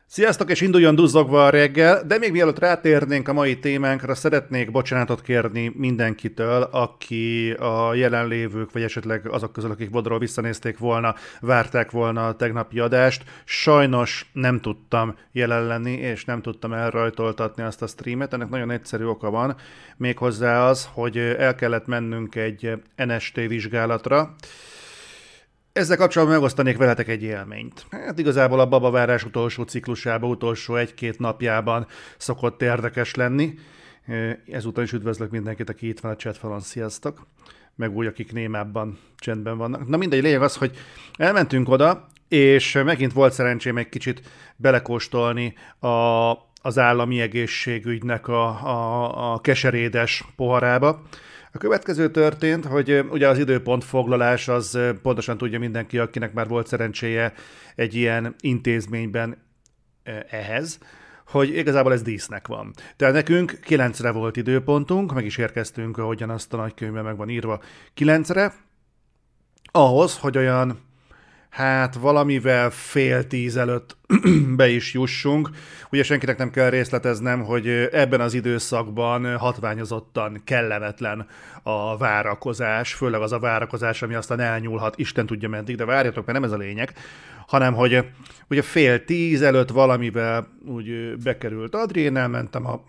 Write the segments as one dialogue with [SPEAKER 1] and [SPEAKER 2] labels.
[SPEAKER 1] Sziasztok, és induljon duzzogva a reggel, de még mielőtt rátérnénk a mai témánkra, szeretnék bocsánatot kérni mindenkitől, aki a jelenlévők, vagy esetleg azok közül, akik vodról visszanézték volna, várták volna a tegnapi adást. Sajnos nem tudtam jelen lenni, és nem tudtam elrajtoltatni azt a streamet. Ennek nagyon egyszerű oka van, méghozzá az, hogy el kellett mennünk egy NST vizsgálatra. Ezzel kapcsolatban megosztanék veletek egy élményt. Hát igazából a babavárás utolsó ciklusában, utolsó egy-két napjában szokott érdekes lenni. Ezúttal is üdvözlök mindenkit, aki itt van a chatfalon, sziasztok. Meg úgy, akik némábban csendben vannak. Na mindegy, lényeg az, hogy elmentünk oda, és megint volt szerencsém egy kicsit belekóstolni az állami egészségügynek a keserédes poharába. A következő történt, hogy ugye az időpontfoglalás az pontosan tudja mindenki, akinek már volt szerencséje egy ilyen intézményben ehhez, hogy igazából ez dísznek van. Tehát nekünk 9-re volt időpontunk, meg is érkeztünk, ahogyan azt a nagykönyvben meg van írva 9-re, ahhoz, hogy olyan valamivel fél 10 előtt be is jussunk. Ugye senkinek nem kell részleteznem, hogy ebben az időszakban hatványozottan kellemetlen a várakozás, főleg az a várakozás, ami aztán elnyúlhat, Isten tudja meddig, de várjatok, mert nem ez a lényeg, hanem hogy ugye fél 10 előtt valamivel úgy bekerült Adri, én elmentem a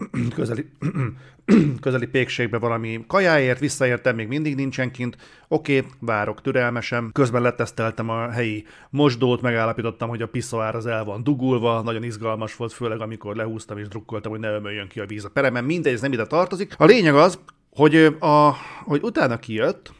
[SPEAKER 1] közeli pékségbe valami kajáért, visszaértem, még mindig nincsen kint. Oké, várok türelmesen. Közben leteszteltem a helyi mosdót, megállapítottam, hogy a piszoár az el van dugulva, nagyon izgalmas volt, főleg amikor lehúztam és drukkoltam, hogy ne ömöljön ki a víz a peremen. Mindegy, ez nem ide tartozik. A lényeg az, hogy utána kijött,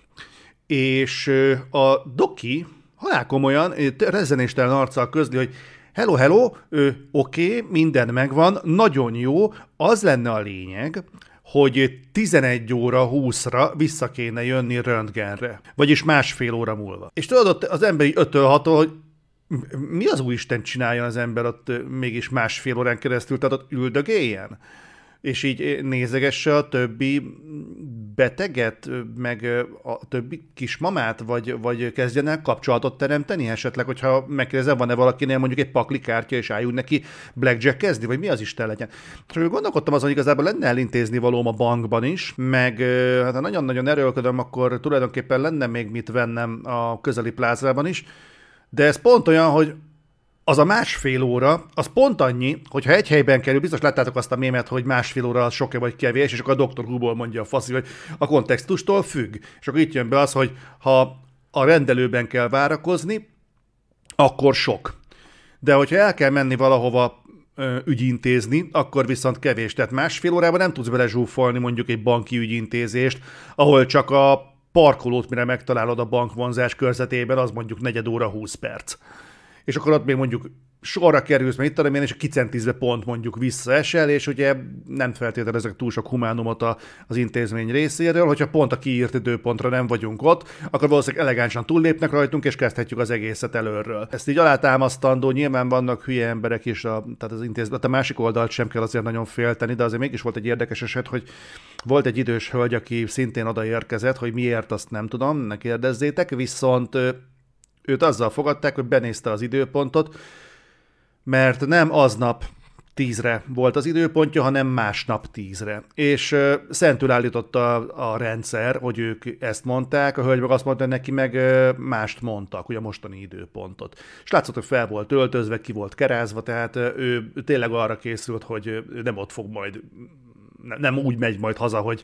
[SPEAKER 1] és a doki halál komolyan, rezzenéstelen arccal közli, hogy hello, oké, minden megvan, nagyon jó, az lenne a lényeg, hogy 11 óra 20-ra vissza kéne jönni röntgenre, vagyis másfél óra múlva. És tudod, ott az ember így 5-6-tól, hogy mi az úristen csináljon az ember ott mégis másfél órán keresztül, tehát ott üldögéljen? És így nézegesse a többi beteget, meg a többi kismamát, vagy kezdjen el kapcsolatot teremteni esetleg, hogyha megkérdezem, van-e valakinél mondjuk egy pakli kártya, és álljunk neki blackjack kezdi, vagy mi az Isten legyen. És gondolkodtam azon, hogy igazából lenne elintézni valóm a bankban is, meg hát ha nagyon-nagyon erőlködöm, akkor tulajdonképpen lenne még mit vennem a közeli plázában is, de ez pont olyan, hogy az a másfél óra, az pont annyi, hogyha egy helyben kerül, biztos láttátok azt a mémet, hogy másfél óra az sok-e vagy kevés, és akkor a Dr. Who-ból mondja a faszi, hogy a kontextustól függ. És akkor itt jön be az, hogy ha a rendelőben kell várakozni, akkor sok. De hogyha el kell menni valahova ügyintézni, akkor viszont kevés. Tehát másfél órában nem tudsz belezsúfolni mondjuk egy banki ügyintézést, ahol csak a parkolót, mire megtalálod a bankvonzás körzetében, az mondjuk 4 óra 20 perc. És akkor ott még mondjuk sorra kerülsz, mert itt tudom én, és a kicentizve pont mondjuk visszaesel, és ugye nem feltételezek túl sok humánumot az intézmény részéről, hogyha pont a kiírt időpontra nem vagyunk ott, akkor valószínűleg elegánsan túllépnek rajtunk, és kezdhetjük az egészet előről. Ezt így alátámasztandó, nyilván vannak hülye emberek is, tehát az intézmény, a másik oldalt sem kell azért nagyon félteni, de azért mégis volt egy érdekes eset, hogy volt egy idős hölgy, aki szintén odaérkezett, hogy miért, azt nem tudom, ne kérdezzétek, viszont őt azzal fogadták, hogy benézte az időpontot, mert nem aznap 10-re volt az időpontja, hanem másnap 10-re. És szentül állította a rendszer, hogy ők ezt mondták, a hölgy meg azt mondta, hogy neki meg mást mondtak, ugye a mostani időpontot. És látszott, hogy fel volt öltözve, ki volt kerázva, tehát ő tényleg arra készült, hogy nem ott fog majd, nem úgy megy majd haza, hogy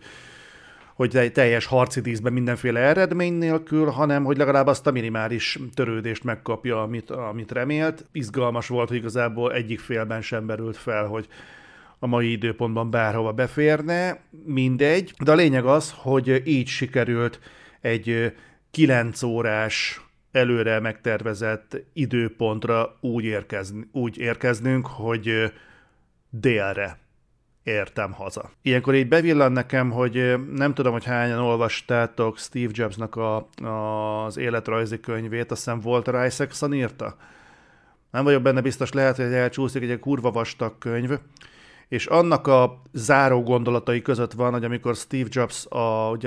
[SPEAKER 1] teljes harci díszben mindenféle eredmény nélkül, hanem hogy legalább azt a minimális törődést megkapja, amit remélt. Izgalmas volt, hogy igazából egyik félben sem merült fel, hogy a mai időpontban bárhova beférne, mindegy. De a lényeg az, hogy így sikerült egy 9 órás előre megtervezett időpontra úgy érkeznünk, hogy délre értem haza. Ilyenkor így bevillan nekem, hogy nem tudom, hogy hányan olvastátok Steve Jobsnak az életrajzi könyvét, azt hiszem Walter Isaacson írta. Nem vagyok benne biztos, lehet, hogy elcsúszik, egy kurva vastag könyv, és annak a záró gondolatai között van, hogy amikor Steve Jobs, ugye,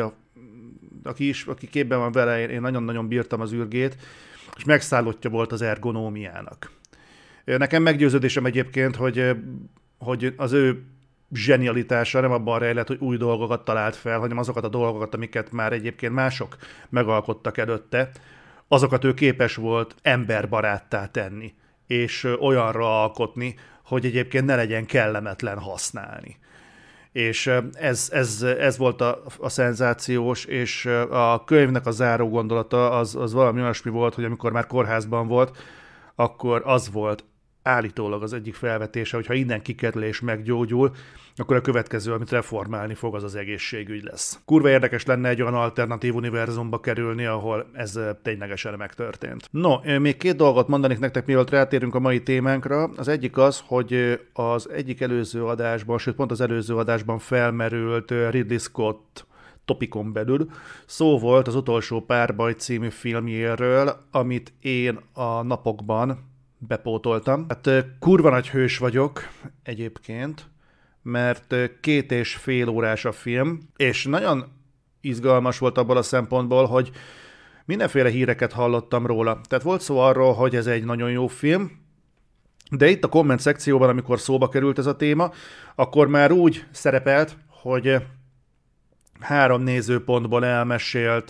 [SPEAKER 1] aki képben van vele, én nagyon-nagyon bírtam az ürgét, és megszállottja volt az ergonómiának. Nekem meggyőződésem egyébként, hogy az ő zsenialitása nem abban rejlett, hogy új dolgokat talált fel, hanem azokat a dolgokat, amiket már egyébként mások megalkottak előtte, azokat ő képes volt emberbaráttá tenni, és olyanra alkotni, hogy egyébként ne legyen kellemetlen használni. És ez volt a szenzációs, és a könyvnek a záró gondolata az valami olyasmi volt, hogy amikor már kórházban volt, akkor az volt állítólag az egyik felvetése, hogy ha innen kikerül és meggyógyul, akkor a következő, amit reformálni fog, az az egészségügy lesz. Kurva érdekes lenne egy olyan alternatív univerzumba kerülni, ahol ez ténylegesen megtörtént. No, még két dolgot mondanék nektek, mielőtt rátérünk a mai témánkra. Az egyik az, hogy az egyik előző adásban, sőt pont az előző adásban felmerült Ridley Scott topikon belül szó volt az Utolsó párbaj című filmjéről, amit én a napokban bepótoltam. Hát kurva nagy hős vagyok egyébként, mert 2,5 órás a film, és nagyon izgalmas volt abból a szempontból, hogy mindenféle híreket hallottam róla. Tehát volt szó arról, hogy ez egy nagyon jó film, de itt a komment szekcióban, amikor szóba került ez a téma, akkor már úgy szerepelt, hogy 3 nézőpontból elmesélt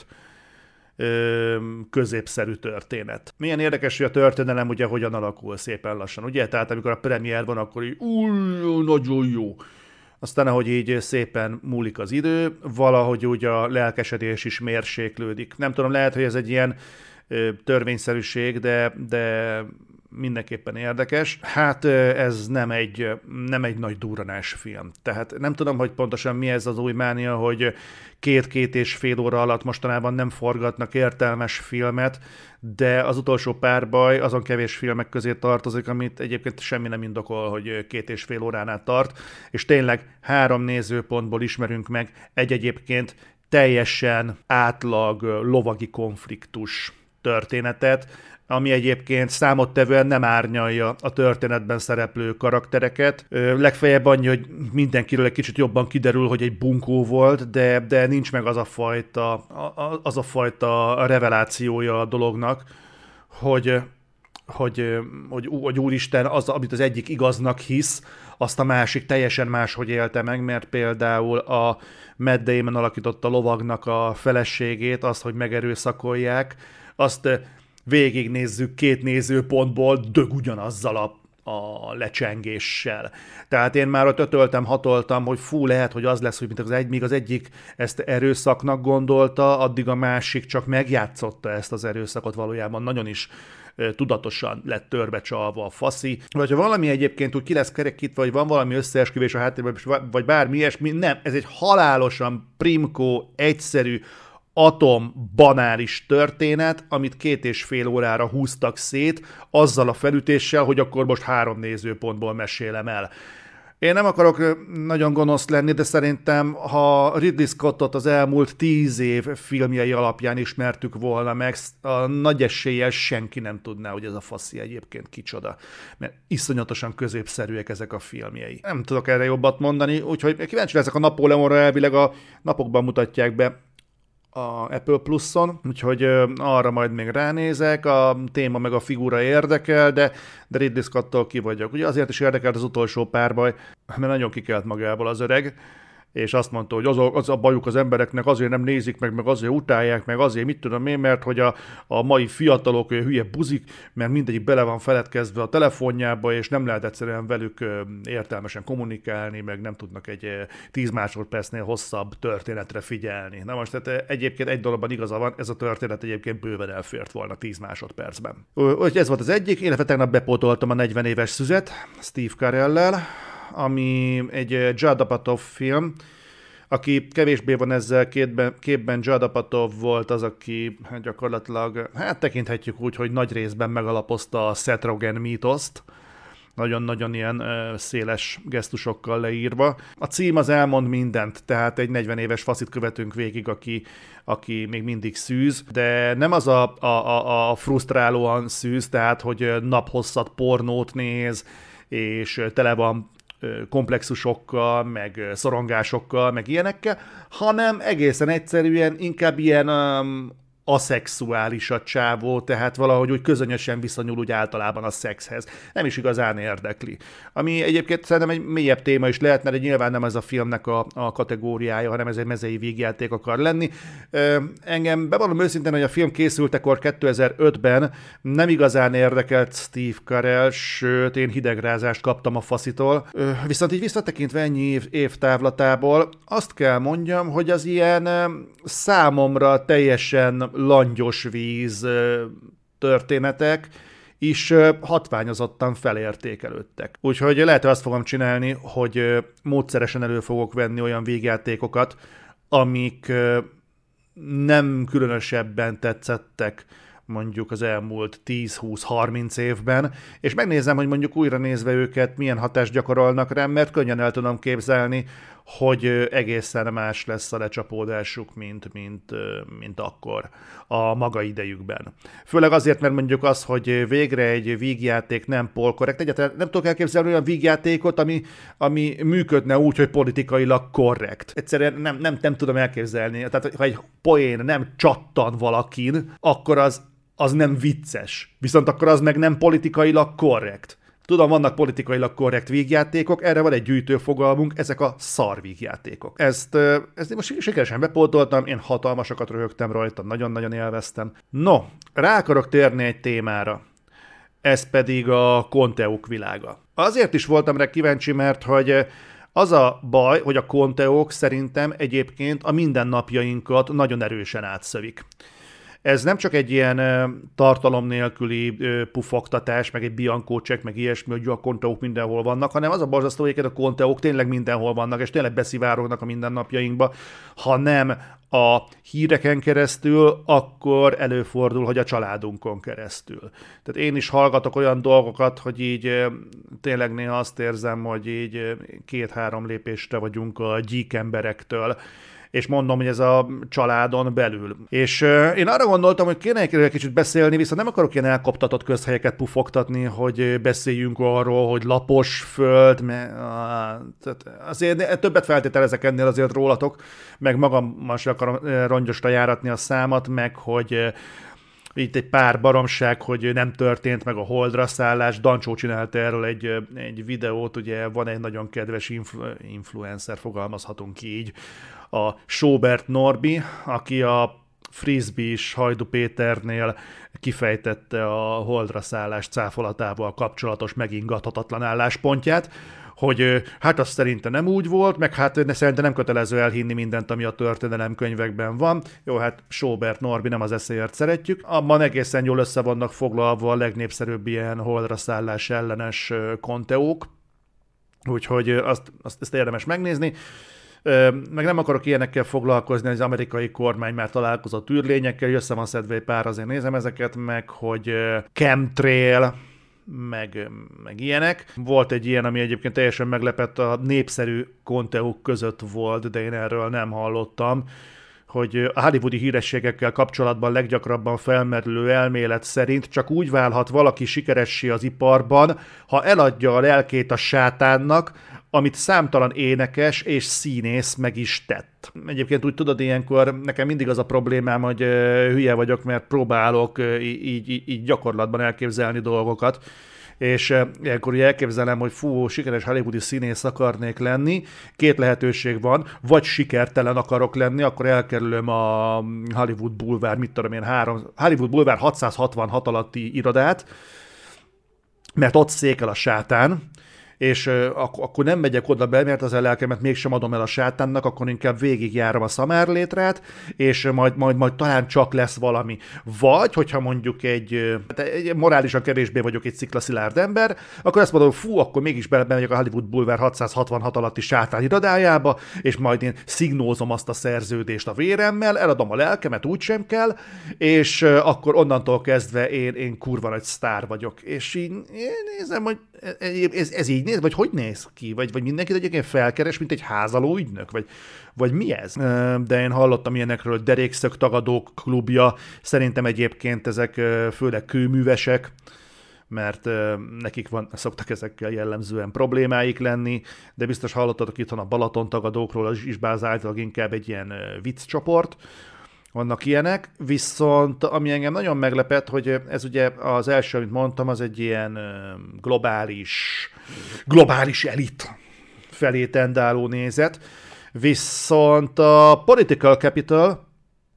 [SPEAKER 1] középszerű történet. Milyen érdekes, hogy a történelem ugye hogyan alakul szépen lassan, ugye? Tehát amikor a premier van, akkor így nagyon jó. Aztán ahogy így szépen múlik az idő, valahogy úgy a lelkesedés is mérséklődik. Nem tudom, lehet, hogy ez egy ilyen törvényszerűség, de mindenképpen érdekes. Hát ez nem egy nagy durranás film. Tehát nem tudom, hogy pontosan mi ez az új mánia, hogy 2-2,5 óra alatt mostanában nem forgatnak értelmes filmet, de az Utolsó párbaj azon kevés filmek közé tartozik, amit egyébként semmi nem indokol, hogy 2,5 óránál tart, és tényleg 3 nézőpontból ismerünk meg egy egyébként teljesen átlag lovagi konfliktus történetet, ami egyébként számottevően nem árnyalja a történetben szereplő karaktereket. Legfeljebb annyi, hogy mindenkiről egy kicsit jobban kiderül, hogy egy bunkó volt, de nincs meg az a fajta revelációja a dolognak, hogy úristen, az, amit az egyik igaznak hisz, azt a másik teljesen máshogy élte meg, mert például a Matt Damon alakította lovagnak a feleségét, azt, hogy megerőszakolják, azt végignézzük 2 nézőpontból, dög ugyanazzal a lecsengéssel. Tehát én már ott hatoltam, hogy lehet, hogy az lesz, hogy míg az egyik ezt erőszaknak gondolta, addig a másik csak megjátszotta ezt az erőszakot, valójában nagyon is tudatosan lett törbecsalva a faszi. Vagy ha valami egyébként úgy ki lesz kerekítve, vagy van valami összeesküvés a háttérben, vagy bármi ilyesmi, nem, ez egy halálosan primkó, egyszerű, banális történet, amit 2,5 órára húztak szét, azzal a felütéssel, hogy akkor most 3 nézőpontból mesélem el. Én nem akarok nagyon gonosz lenni, de szerintem, ha Ridley Scottot az elmúlt 10 év filmjei alapján ismertük volna meg, a nagy eséllyel senki nem tudná, hogy ez a faszi egyébként kicsoda. Mert iszonyatosan középszerűek ezek a filmjei. Nem tudok erre jobbat mondani, úgyhogy kíváncsi leszek a Napóleonra, elvileg a napokban mutatják be a Apple Plus-on, úgyhogy arra majd még ránézek, a téma meg a figura érdekel, de Ridley Scott-tól ki vagyok. Ugye azért is érdekelt az Utolsó párbaj, mert nagyon kikelt magából az öreg, és azt mondta, hogy az a bajuk az embereknek, azért nem nézik meg azért utálják, meg azért mit tudom én, mert hogy a mai fiatalok hülye buzik, mert mindegyik bele van feledkezve a telefonjába, és nem lehet egyszerűen velük értelmesen kommunikálni, meg nem tudnak egy 10 másodpercnél hosszabb történetre figyelni. Na most tehát egyébként egy dologban igaza van, ez a történet egyébként bőven elfért volna 10 másodpercben. Úgyhogy ez volt az egyik, illetve tegnap bepótoltam a 40 éves szüzet Steve Carell-lel, ami egy Judd Apatow film, aki kevésbé van ezzel képben, Judd Apatow volt az, aki gyakorlatilag, tekinthetjük úgy, hogy nagy részben megalapozta a Seth Rogen mítoszt, nagyon-nagyon ilyen széles gesztusokkal leírva. A cím az elmond mindent, tehát egy 40 éves faszit követünk végig, aki még mindig szűz, de nem az a frusztrálóan szűz, tehát hogy naphosszat pornót néz, és tele van komplexusokkal, meg szorongásokkal, meg ilyenekkel, hanem egészen egyszerűen inkább ilyen aszexuális a csávó, tehát valahogy úgy közönösen viszonyul úgy általában a szexhez. Nem is igazán érdekli. Ami egyébként szerintem egy mélyebb téma is lehet, mert nyilván nem ez a filmnek a kategóriája, hanem ez egy mezei vígjáték akar lenni. Engem bevallom őszintén, hogy a film készültekor 2005-ben nem igazán érdekelt Steve Carell, sőt, én hidegrázást kaptam a faszitól. Viszont így visszatekintve ennyi év távlatából, azt kell mondjam, hogy az ilyen számomra teljesen langyos víz történetek is hatványozottan felértékelődtek. Úgyhogy lehet, hogy azt fogom csinálni, hogy módszeresen elő fogok venni olyan végjátékokat, amik nem különösebben tetszettek mondjuk az elmúlt 10-20-30 évben, és megnézem, hogy mondjuk újra nézve őket milyen hatást gyakorolnak rám, mert könnyen el tudom képzelni, hogy egészen más lesz a lecsapódásuk, mint akkor a maga idejükben. Főleg azért, mert mondjuk az, hogy végre egy vígjáték nem polkorrekt, egyáltalán nem tudok elképzelni olyan vígjátékot, ami működne úgy, hogy politikailag korrekt. Egyszerűen nem tudom elképzelni. Tehát, ha egy poén nem csattan valakin, akkor az nem vicces. Viszont akkor az meg nem politikailag korrekt. Tudom, vannak politikailag korrekt vígjátékok, erre van egy gyűjtőfogalmunk, ezek a szarvígjátékok. Ezt most sikeresen bepótoltam, én hatalmasakat röhögtem rajta, nagyon-nagyon élveztem. No, rá akarok térni egy témára. Ez pedig a konteók világa. Azért is voltam rá kíváncsi, mert hogy az a baj, hogy a konteók szerintem egyébként a mindennapjainkat nagyon erősen átszövik. Ez nem csak egy ilyen tartalom nélküli pufogtatás, meg egy Bianco check, meg ilyesmi, hogy a konteók mindenhol vannak, hanem az a borzasztó, hogy a konteók tényleg mindenhol vannak, és tényleg beszivárognak a mindennapjainkba. Ha nem a híreken keresztül, akkor előfordul, hogy a családunkon keresztül. Tehát én is hallgatok olyan dolgokat, hogy így tényleg néha azt érzem, hogy így 2-3 lépésre vagyunk a gyík emberektől, és mondom, hogy ez a családon belül. És én arra gondoltam, hogy kéne egy kicsit beszélni, viszont nem akarok ilyen elkoptatott közhelyeket pufogtatni, hogy beszéljünk arról, hogy lapos föld, tehát azért többet feltételezek ennél azért rólatok, meg magammal sem akarom rongyosra járatni a számat, meg hogy itt egy pár baromság, hogy nem történt meg a holdra szállás. Dancsó csinálta erről egy videót, ugye van egy nagyon kedves influencer, fogalmazhatunk így, a Sobert Norbi, aki a frisbee-s Hajdu Péternél kifejtette a holdra szállás cáfolatával kapcsolatos megingathatatlan álláspontját, hogy hát az szerintem nem úgy volt, meg hát szerintem nem kötelező elhinni mindent, ami a történelemkönyvekben van. Jó, hát Sobert Norbi, nem az eszéért szeretjük. Abban egészen jól össze vannak foglalva a legnépszerűbb ilyen holdra szállás ellenes konteók, úgyhogy ezt érdemes megnézni. Meg nem akarok ilyenekkel foglalkozni, az amerikai kormány már találkozott űrlényekkel, össze van szedve egy pár, azért nézem ezeket, meg hogy chemtrail, meg ilyenek. Volt egy ilyen, ami egyébként teljesen meglepett, a népszerű konteók között volt, de én erről nem hallottam, hogy a hollywoodi hírességekkel kapcsolatban leggyakrabban felmerülő elmélet szerint csak úgy válhat valaki sikeressé az iparban, ha eladja a lelkét a sátánnak, amit számtalan énekes és színész meg is tett. Egyébként úgy tudod, ilyenkor nekem mindig az a problémám, hogy hülye vagyok, mert próbálok így gyakorlatban elképzelni dolgokat, és ilyenkor ugye elképzelem, hogy sikeres hollywoodi színész akarnék lenni, 2 lehetőség van, vagy sikertelen akarok lenni, akkor elkerülöm a Hollywood Boulevard, Hollywood Boulevard 666 alatti irodát, mert ott székel a sátán, és akkor nem megyek oda be, mert az a lelkemet mégsem adom el a sátánnak, akkor inkább végigjárom a szamárlétrát, és majd talán csak lesz valami. Vagy, hogyha mondjuk egy morálisan kevésbé vagyok egy sziklaszilárd ember, akkor azt mondom, akkor mégis bemegyek a Hollywood Boulevard 666 alatti sátán irodájába, és majd én szignózom azt a szerződést a véremmel, eladom a lelkemet, úgysem kell, és akkor onnantól kezdve én kurva nagy sztár vagyok. És így nézem, hogy ez így néz, vagy hogy néz ki? Vagy mindenkit egyébként felkeres, mint egy házaló ügynök? Vagy mi ez? De én hallottam ilyenekről, derékszög tagadók klubja, szerintem egyébként ezek főleg kőművesek, mert nekik szoktak ezekkel jellemzően problémáik lenni, de biztos hallottatok itthon a Balaton tagadókról, az is bázáltalak inkább egy ilyen vicc csoport, vannak ilyenek, viszont ami engem nagyon meglepett, hogy ez ugye az első, amit mondtam, az egy ilyen globális elit felé tendáló nézet, viszont a Political Capital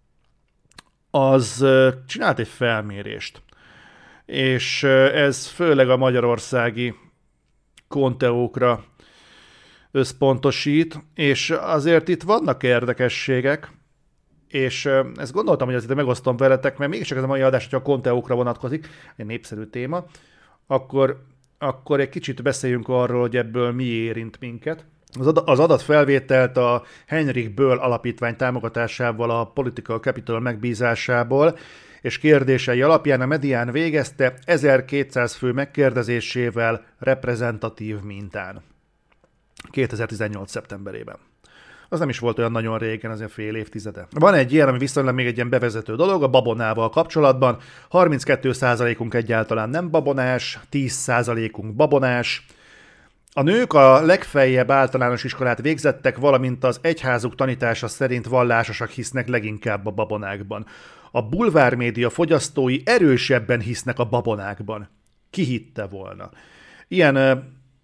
[SPEAKER 1] az csinált egy felmérést, és ez főleg a magyarországi konteókra összpontosít, és azért itt vannak érdekességek, és ezt gondoltam, hogy azért megosztom veletek, mert mégiscsak ez a mai adás, hogyha a konteókra vonatkozik, egy népszerű téma, akkor egy kicsit beszéljünk arról, hogy ebből mi érint minket. Az adatfelvételt a Heinrich Böll alapítvány támogatásával, a Political Capital megbízásából és kérdései alapján a Medián végezte 1200 fő megkérdezésével reprezentatív mintán. 2018. szeptemberében. Az nem is volt olyan nagyon régen, azért fél évtizede. Van egy ilyen, ami viszonylag még egy ilyen bevezető dolog, a babonával kapcsolatban. 32%-unk egyáltalán nem babonás, 10%-unk babonás. A nők a legfeljebb általános iskolát végzettek, valamint az egyházuk tanítása szerint vallásosak hisznek leginkább a babonákban. A bulvármédia fogyasztói erősebben hisznek a babonákban. Ki hitte volna? Ilyen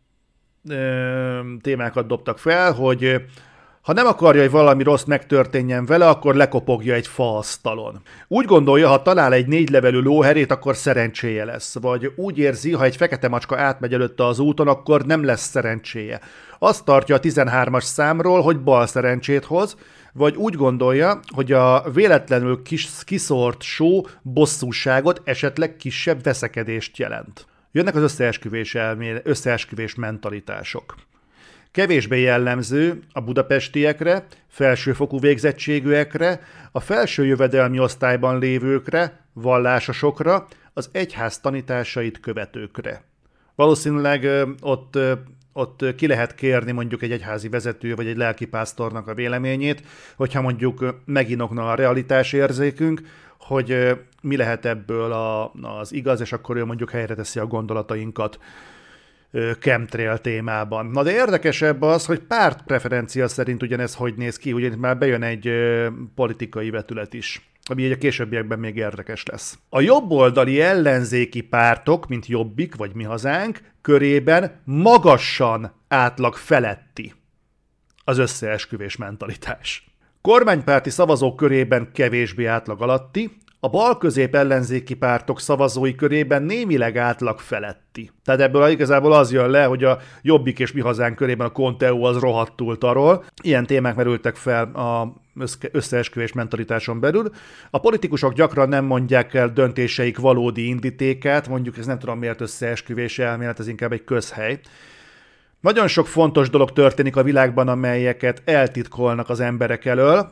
[SPEAKER 1] témákat dobtak fel, hogy ha nem akarja, hogy valami rossz megtörténjen vele, akkor lekopogja egy faasztalon. Úgy gondolja, ha talál egy 4 levelű lóherét, akkor szerencséje lesz. Vagy úgy érzi, ha egy fekete macska átmegy előtte az úton, akkor nem lesz szerencséje. Azt tartja a 13-as számról, hogy bal szerencsét hoz, vagy úgy gondolja, hogy a véletlenül kiszórt só bosszúságot, esetleg kisebb veszekedést jelent. Jönnek az összeesküvés mentalitások. Kevésbé jellemző a budapestiekre, felsőfokú végzettségűekre, a felső jövedelmi osztályban lévőkre, vallásosokra, az egyház tanításait követőkre. Valószínűleg ott ki lehet kérni mondjuk egy egyházi vezető vagy egy lelkipásztornak a véleményét, hogyha mondjuk meginokna a realitásérzékünk, hogy mi lehet ebből az igaz, és akkor ő mondjuk helyre teszi a gondolatainkat chemtrail témában. Na de érdekesebb az, hogy pártpreferencia szerint ugyanez hogy néz ki, ugyanis már bejön egy politikai vetület is, ami egy a későbbiekben még érdekes lesz. A jobboldali ellenzéki pártok, mint Jobbik vagy Mi Hazánk, körében magasan átlag feletti az összeesküvés mentalitás. Kormánypárti szavazók körében kevésbé átlag alatti, a bal-közép ellenzéki pártok szavazói körében némileg átlag feletti. Tehát ebből igazából az jön le, hogy a Jobbik és Mi Hazánk körében a Conteo az rohadtul tarol. Ilyen témák merültek fel a összeesküvés mentalitáson belül. A politikusok gyakran nem mondják el döntéseik valódi indítékát, mondjuk ez nem tudom miért összeesküvés elmélet, ez inkább egy közhely. Nagyon sok fontos dolog történik a világban, amelyeket eltitkolnak az emberek elől.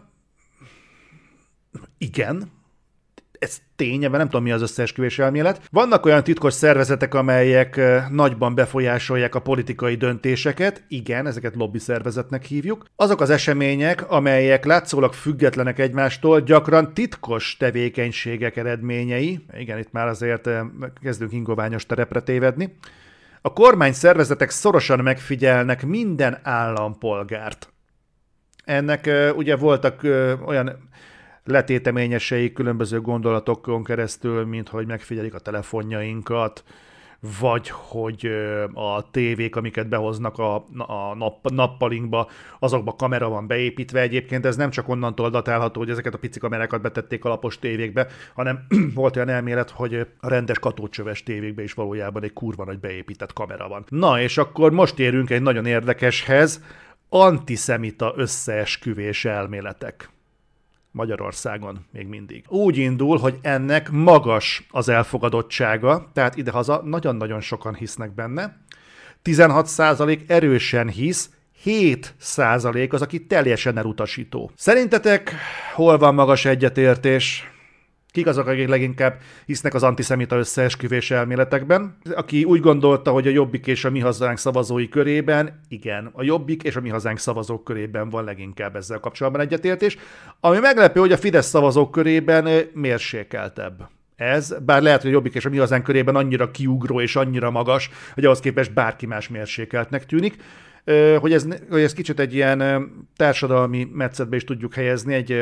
[SPEAKER 1] Igen, ez tény, ebben nem tudom mi az összeesküvés elmélet. Vannak olyan titkos szervezetek, amelyek nagyban befolyásolják a politikai döntéseket. Igen, ezeket lobby szervezetnek hívjuk. Azok az események, amelyek látszólag függetlenek egymástól, gyakran titkos tevékenységek eredményei. Igen, itt már azért kezdünk ingoványos terepre tévedni. A kormányszervezetek szorosan megfigyelnek minden állampolgárt. Ennek ugye voltak olyan letéteményesei különböző gondolatokon keresztül, mint hogy megfigyelik a telefonjainkat, vagy hogy a tévék, amiket behoznak a nappalinkba, azokba kamera van beépítve. Egyébként ez nem csak onnantól datálható, hogy ezeket a pici kamerákat betették a lapos tévékbe, hanem volt olyan elmélet, hogy a rendes katócsöves tévékbe is valójában egy kurva nagy beépített kamera van. Na, és akkor most érünk egy nagyon érdekeshez, antiszemita összeesküvés elméletek. Magyarországon még mindig. Úgy indul, hogy ennek magas az elfogadottsága, tehát idehaza nagyon-nagyon sokan hisznek benne. 16% erősen hisz, 7% az, aki teljesen elutasító. Szerintetek hol van magas egyetértés? Kik azok, akik leginkább hisznek az antiszemita összeesküvés elméletekben? Aki úgy gondolta, hogy a Jobbik és a Mi Hazánk szavazói körében, igen, a Jobbik és a Mi Hazánk szavazók körében van leginkább ezzel kapcsolatban egyetértés. Ami meglepő, hogy a Fidesz szavazók körében mérsékeltebb. Ez, bár lehet, hogy a Jobbik és a Mi Hazánk körében annyira kiugró és annyira magas, hogy ahhoz képest bárki más mérsékeltnek tűnik. Hogy ez kicsit egy ilyen társadalmi metszetbe is tudjuk helyezni, egy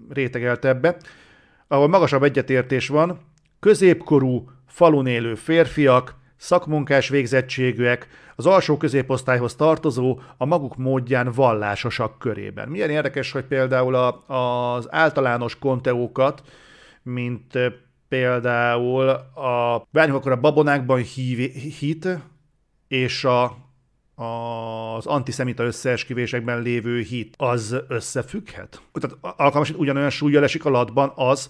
[SPEAKER 1] rétegeltebbe, ahol magasabb egyetértés van, középkorú, falun élő férfiak, szakmunkás végzettségűek, az alsó középosztályhoz tartozó, a maguk módján vallásosak körében. Milyen érdekes, hogy például az általános konteókat, mint például várjunk akkor a babonákban hit, és az antiszemita összeesküvésekben lévő hit, az összefügghet? Tehát alkalmasan ugyanolyan súllyal esik a latban az,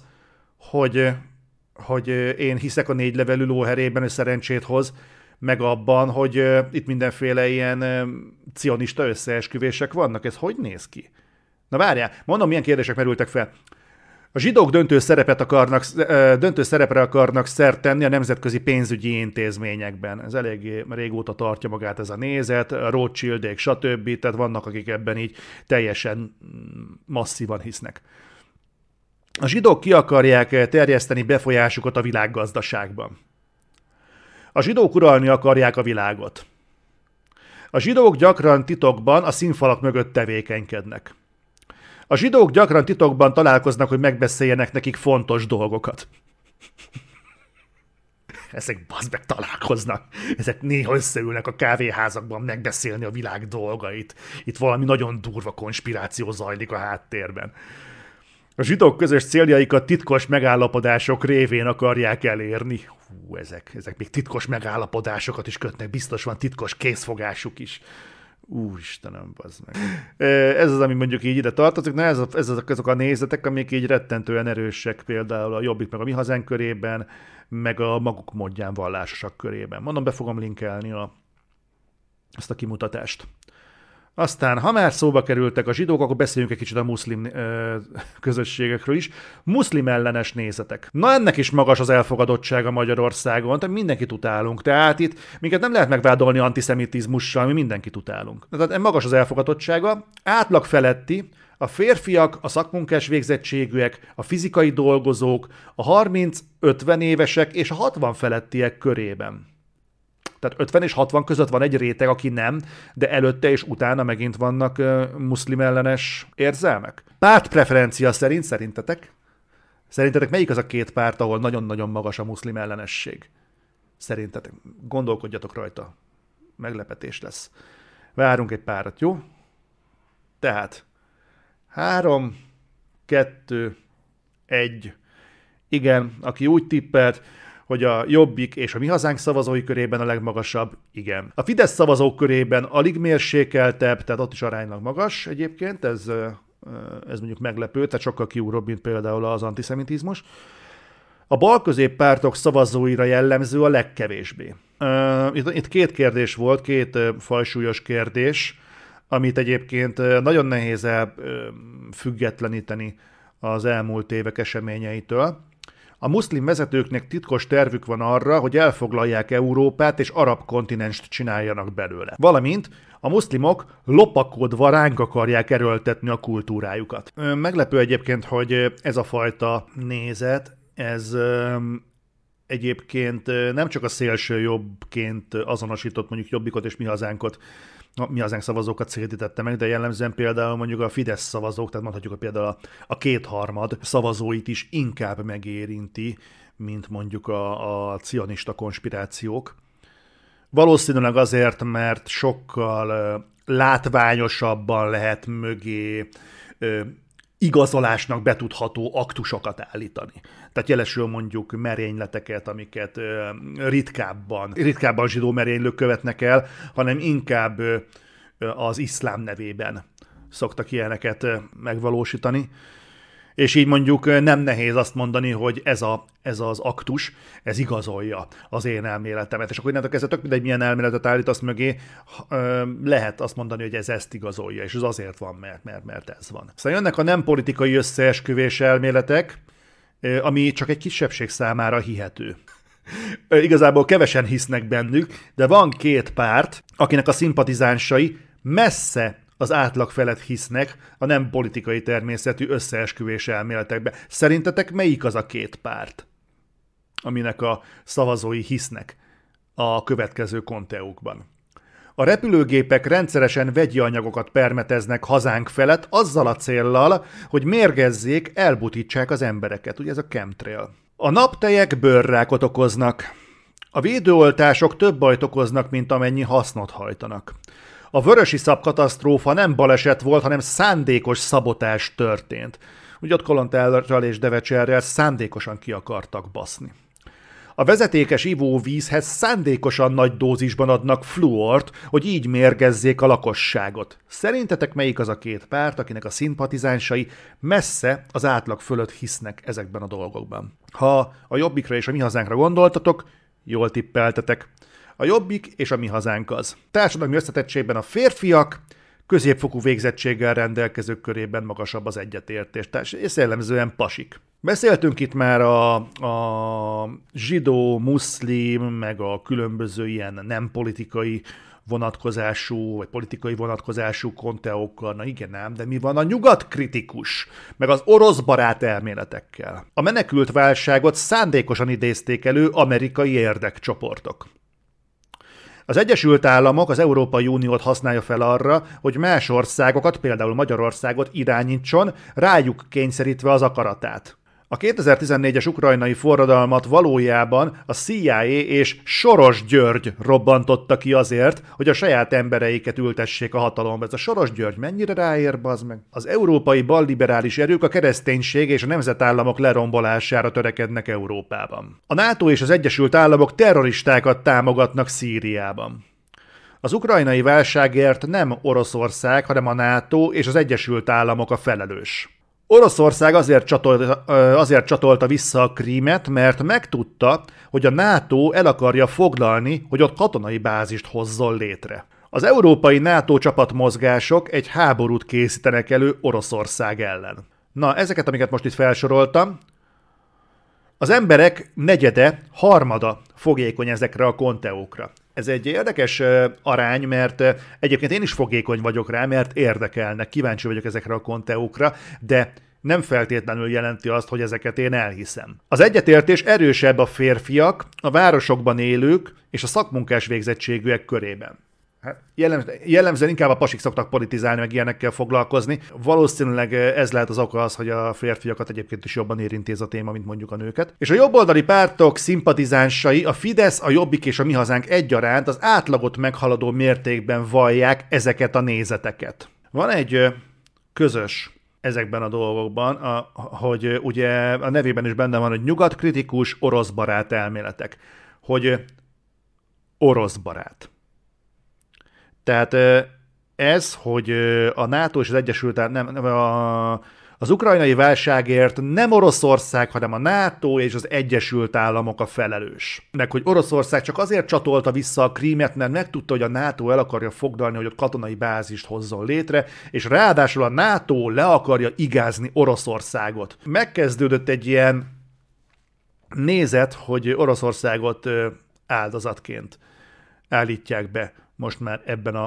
[SPEAKER 1] hogy én hiszek a 4 levelű lóherében, hogy szerencsét hoz, meg abban, hogy itt mindenféle ilyen cionista összeesküvések vannak. Ez hogy néz ki? Na várjál, mondom, milyen kérdések merültek fel. A zsidók döntő szerepre akarnak szert tenni a nemzetközi pénzügyi intézményekben. Ez elég régóta tartja magát ez a nézet, a Rothschildék, stb. Tehát vannak, akik ebben így teljesen masszívan hisznek. A zsidók ki akarják terjeszteni befolyásukat a világgazdaságban. A zsidók uralni akarják a világot. A zsidók gyakran titokban a színfalak mögött tevékenykednek. A zsidók gyakran titokban találkoznak, hogy megbeszéljenek nekik fontos dolgokat. Ezek bazd meg találkoznak. Ezek néha összeülnek a kávéházakban megbeszélni a világ dolgait. Itt valami nagyon durva konspiráció zajlik a háttérben. A zsidók közös céljaikat titkos megállapodások révén akarják elérni. Ezek még titkos megállapodásokat is kötnek, biztos van titkos készfogásuk is. Istenem, bazd meg. Ez az, ami mondjuk így ide tartozik. Na ezek a nézetek, amik így rettentően erősek, például a Jobbik meg a Mi Hazánk körében, meg a maguk módján vallásosak körében. Mondom, be fogom linkelni ezt a kimutatást. Aztán, ha már szóba kerültek a zsidók, akkor beszéljünk egy kicsit a muszlim közösségekről is. Muszlim ellenes nézetek. Na ennek is magas az elfogadottsága Magyarországon, tehát mindenkit utálunk. Tehát itt minket nem lehet megvádolni antiszemitizmussal, mi mindenkit utálunk. Tehát magas az elfogadottsága, átlag feletti, a férfiak, a szakmunkás végzettségűek, a fizikai dolgozók, a 30-50 évesek és a 60 felettiek körében. Tehát 50 és 60 között van egy réteg, aki nem, de előtte és utána megint vannak muszlim ellenes érzelmek. Pártpreferencia szerint szerintetek melyik az a 2 párt, ahol nagyon-nagyon magas a muszlim ellenesség? Szerintetek? Gondolkodjatok rajta. Meglepetés lesz. Várunk egy párat, jó? Tehát 3, 2, 1. Igen, aki úgy tippelt, hogy a Jobbik és a Mi Hazánk szavazói körében a legmagasabb, igen. A Fidesz szavazók körében alig mérsékeltebb, tehát ott is aránylag magas egyébként, ez mondjuk meglepő, tehát sokkal kiugróbb, mint például az antiszemitizmus. A balközéppártok szavazóira jellemző a legkevésbé. Itt 2 kérdés volt, 2 fajsúlyos kérdés, amit egyébként nagyon nehéz függetleníteni az elmúlt évek eseményeitől. A muszlim vezetőknek titkos tervük van arra, hogy elfoglalják Európát és arab kontinenst csináljanak belőle. Valamint a muszlimok lopakodva ránk akarják erőltetni a kultúrájukat. Meglepő egyébként, hogy ez a fajta nézet, ez egyébként nem csak a szélső jobbként azonosított mondjuk Jobbikot és Mi Hazánkot, Mi Hazánk szavazókat szédítette meg, de jellemzően például mondjuk a Fidesz szavazók, tehát mondhatjuk, hogy például a 2/3 szavazóit is inkább megérinti, mint mondjuk a cionista konspirációk. Valószínűleg azért, mert sokkal látványosabban lehet mögé igazolásnak betudható aktusokat állítani. Tehát jelesül mondjuk merényleteket, amiket ritkábban zsidó merénylők követnek el, hanem inkább az iszlám nevében szoktak ilyeneket megvalósítani. És így mondjuk nem nehéz azt mondani, hogy ez az aktus, ez igazolja az én elméletemet. És akkor innentől kezdve tök mindegy, milyen elméletet állítasz mögé, lehet azt mondani, hogy ez ezt igazolja, és ez azért van, mert ez van. Aztán jönnek a nem politikai összeesküvés elméletek, ami csak egy kisebbség számára hihető. Igazából kevesen hisznek bennük, de van 2 párt, akinek a szimpatizánsai messze az átlag felett hisznek a nem politikai természetű összeesküvés elméletekbe. Szerintetek melyik az a 2 párt, aminek a szavazói hisznek a következő konteókban? A repülőgépek rendszeresen vegyi anyagokat permeteznek hazánk felett azzal a céllal, hogy mérgezzék, elbutítsák az embereket. Ugye ez a chemtrail. A naptejek bőrrákot okoznak. A védőoltások több bajt okoznak, mint amennyi hasznot hajtanak. A vörösiszap katasztrófa nem baleset volt, hanem szándékos szabotás történt. Ugye ott Kolontárral és Devecserrel szándékosan ki akartak baszni. A vezetékes ivóvízhez szándékosan nagy dózisban adnak fluort, hogy így mérgezzék a lakosságot. Szerintetek melyik az a két párt, akinek a szimpatizánsai messze az átlag fölött hisznek ezekben a dolgokban? Ha a Jobbikra és a Mi Hazánkra gondoltatok, jól tippeltetek. A Jobbik és a Mi Hazánk az. Társadalmi összetettségben a férfiak, középfokú végzettséggel rendelkezők körében magasabb az egyetértés, és jellemzően pasik. Beszéltünk itt már a zsidó, muszlim, meg a különböző ilyen nem politikai vonatkozású, vagy politikai vonatkozású konteókkal. Na igen ám, de mi van a nyugatkritikus, meg az orosz barát elméletekkel? A menekült válságot szándékosan idézték elő amerikai érdekcsoportok. Az Egyesült Államok az Európai Uniót használja fel arra, hogy más országokat, például Magyarországot irányítson, rájuk kényszerítve az akaratát. A 2014-es ukrajnai forradalmat valójában a CIA és Soros György robbantotta ki azért, hogy a saját embereiket ültessék a hatalomba. Ez a Soros György mennyire ráér, bazd meg? Az európai balliberális erők a kereszténység és a nemzetállamok lerombolására törekednek Európában. A NATO és az Egyesült Államok terroristákat támogatnak Szíriában. Az ukrajnai válságért nem Oroszország, hanem a NATO és az Egyesült Államok a felelős. Oroszország azért csatolta vissza a Krímet, mert megtudta, hogy a NATO el akarja foglalni, hogy ott katonai bázist hozzon létre. Az európai NATO csapatmozgások egy háborút készítenek elő Oroszország ellen. Na, ezeket, amiket most itt felsoroltam, az emberek negyede, harmada fogékony ezekre a konteókra. Ez egy érdekes arány, mert egyébként én is fogékony vagyok rá, mert érdekelnek, kíváncsi vagyok ezekre a konteókra, de nem feltétlenül jelenti azt, hogy ezeket én elhiszem. Az egyetértés erősebb a férfiak, a városokban élők és a szakmunkás végzettségűek körében. Hát jellemzően inkább a pasik szoktak politizálni, meg ilyenekkel foglalkozni. Valószínűleg ez lehet az oka az, hogy a férfiakat egyébként is jobban érinti ez a téma, mint mondjuk a nőket. És a jobboldali pártok szimpatizánsai, a Fidesz, a Jobbik és a Mi Hazánk egyaránt az átlagot meghaladó mértékben vallják ezeket a nézeteket. Van egy közös ezekben a dolgokban, hogy ugye a nevében is benne van, hogy nyugatkritikus, orosz barát elméletek. Hogy orosz barát. Tehát ez, hogy a NATO és az Egyesült Államok, az ukrajnai válságért nem Oroszország, hanem a NATO és az Egyesült Államok a felelős. Meg, hogy Oroszország csak azért csatolta vissza a Krímet, mert megtudta, hogy a NATO el akarja foglalni, hogy ott katonai bázist hozzon létre, és ráadásul a NATO le akarja igázni Oroszországot. Megkezdődött egy ilyen nézet, hogy Oroszországot áldozatként állítják be most már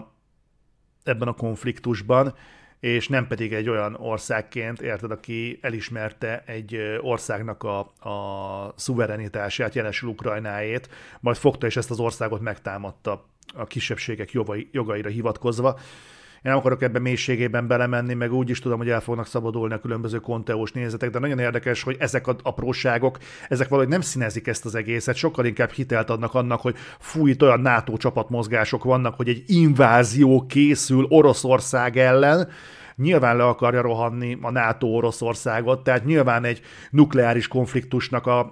[SPEAKER 1] ebben a konfliktusban, és nem pedig egy olyan országként, érted, aki elismerte egy országnak a szuverenitását, jelesül Ukrajnáét, majd fogta és ezt az országot megtámadta a kisebbségek jogaira hivatkozva. Én nem akarok ebben mélységében belemenni, meg úgy is tudom, hogy el fognak szabadulni a különböző konteós nézetek, de nagyon érdekes, hogy ezek az apróságok, ezek valahogy nem színezik ezt az egészet, sokkal inkább hitelt adnak annak, hogy fúj, itt olyan NATO csapatmozgások vannak, hogy egy invázió készül Oroszország ellen, nyilván le akarja rohanni a NATO Oroszországot, tehát nyilván egy nukleáris konfliktusnak a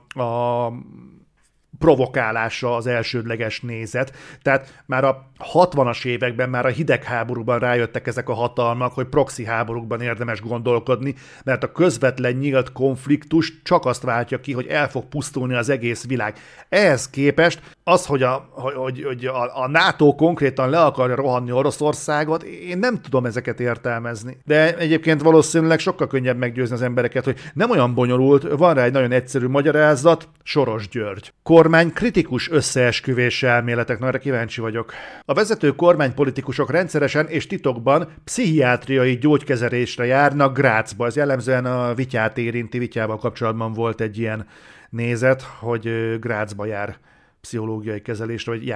[SPEAKER 1] provokálása az elsődleges nézet. Tehát már a 60-as években, már a hidegháborúban rájöttek ezek a hatalmak, hogy proxy háborúkban érdemes gondolkodni, mert a közvetlen nyílt konfliktus csak azt váltja ki, hogy el fog pusztulni az egész világ. Ehhez képest az, hogy a NATO konkrétan le akarja rohanni Oroszországot, én nem tudom ezeket értelmezni. De egyébként valószínűleg sokkal könnyebb meggyőzni az embereket, hogy nem olyan bonyolult, van rá egy nagyon egyszerű magyarázat, Soros György. Kormány kritikus összeesküvés elméletek, na erre kíváncsi vagyok. A vezető kormánypolitikusok rendszeresen és titokban pszichiátriai gyógykezelésre járnak Grazba. Ez jellemzően a Vityát érinti, Vityával kapcsolatban volt egy ilyen nézet, hogy Grazba jár pszichológiai kezelésre, vagy járt.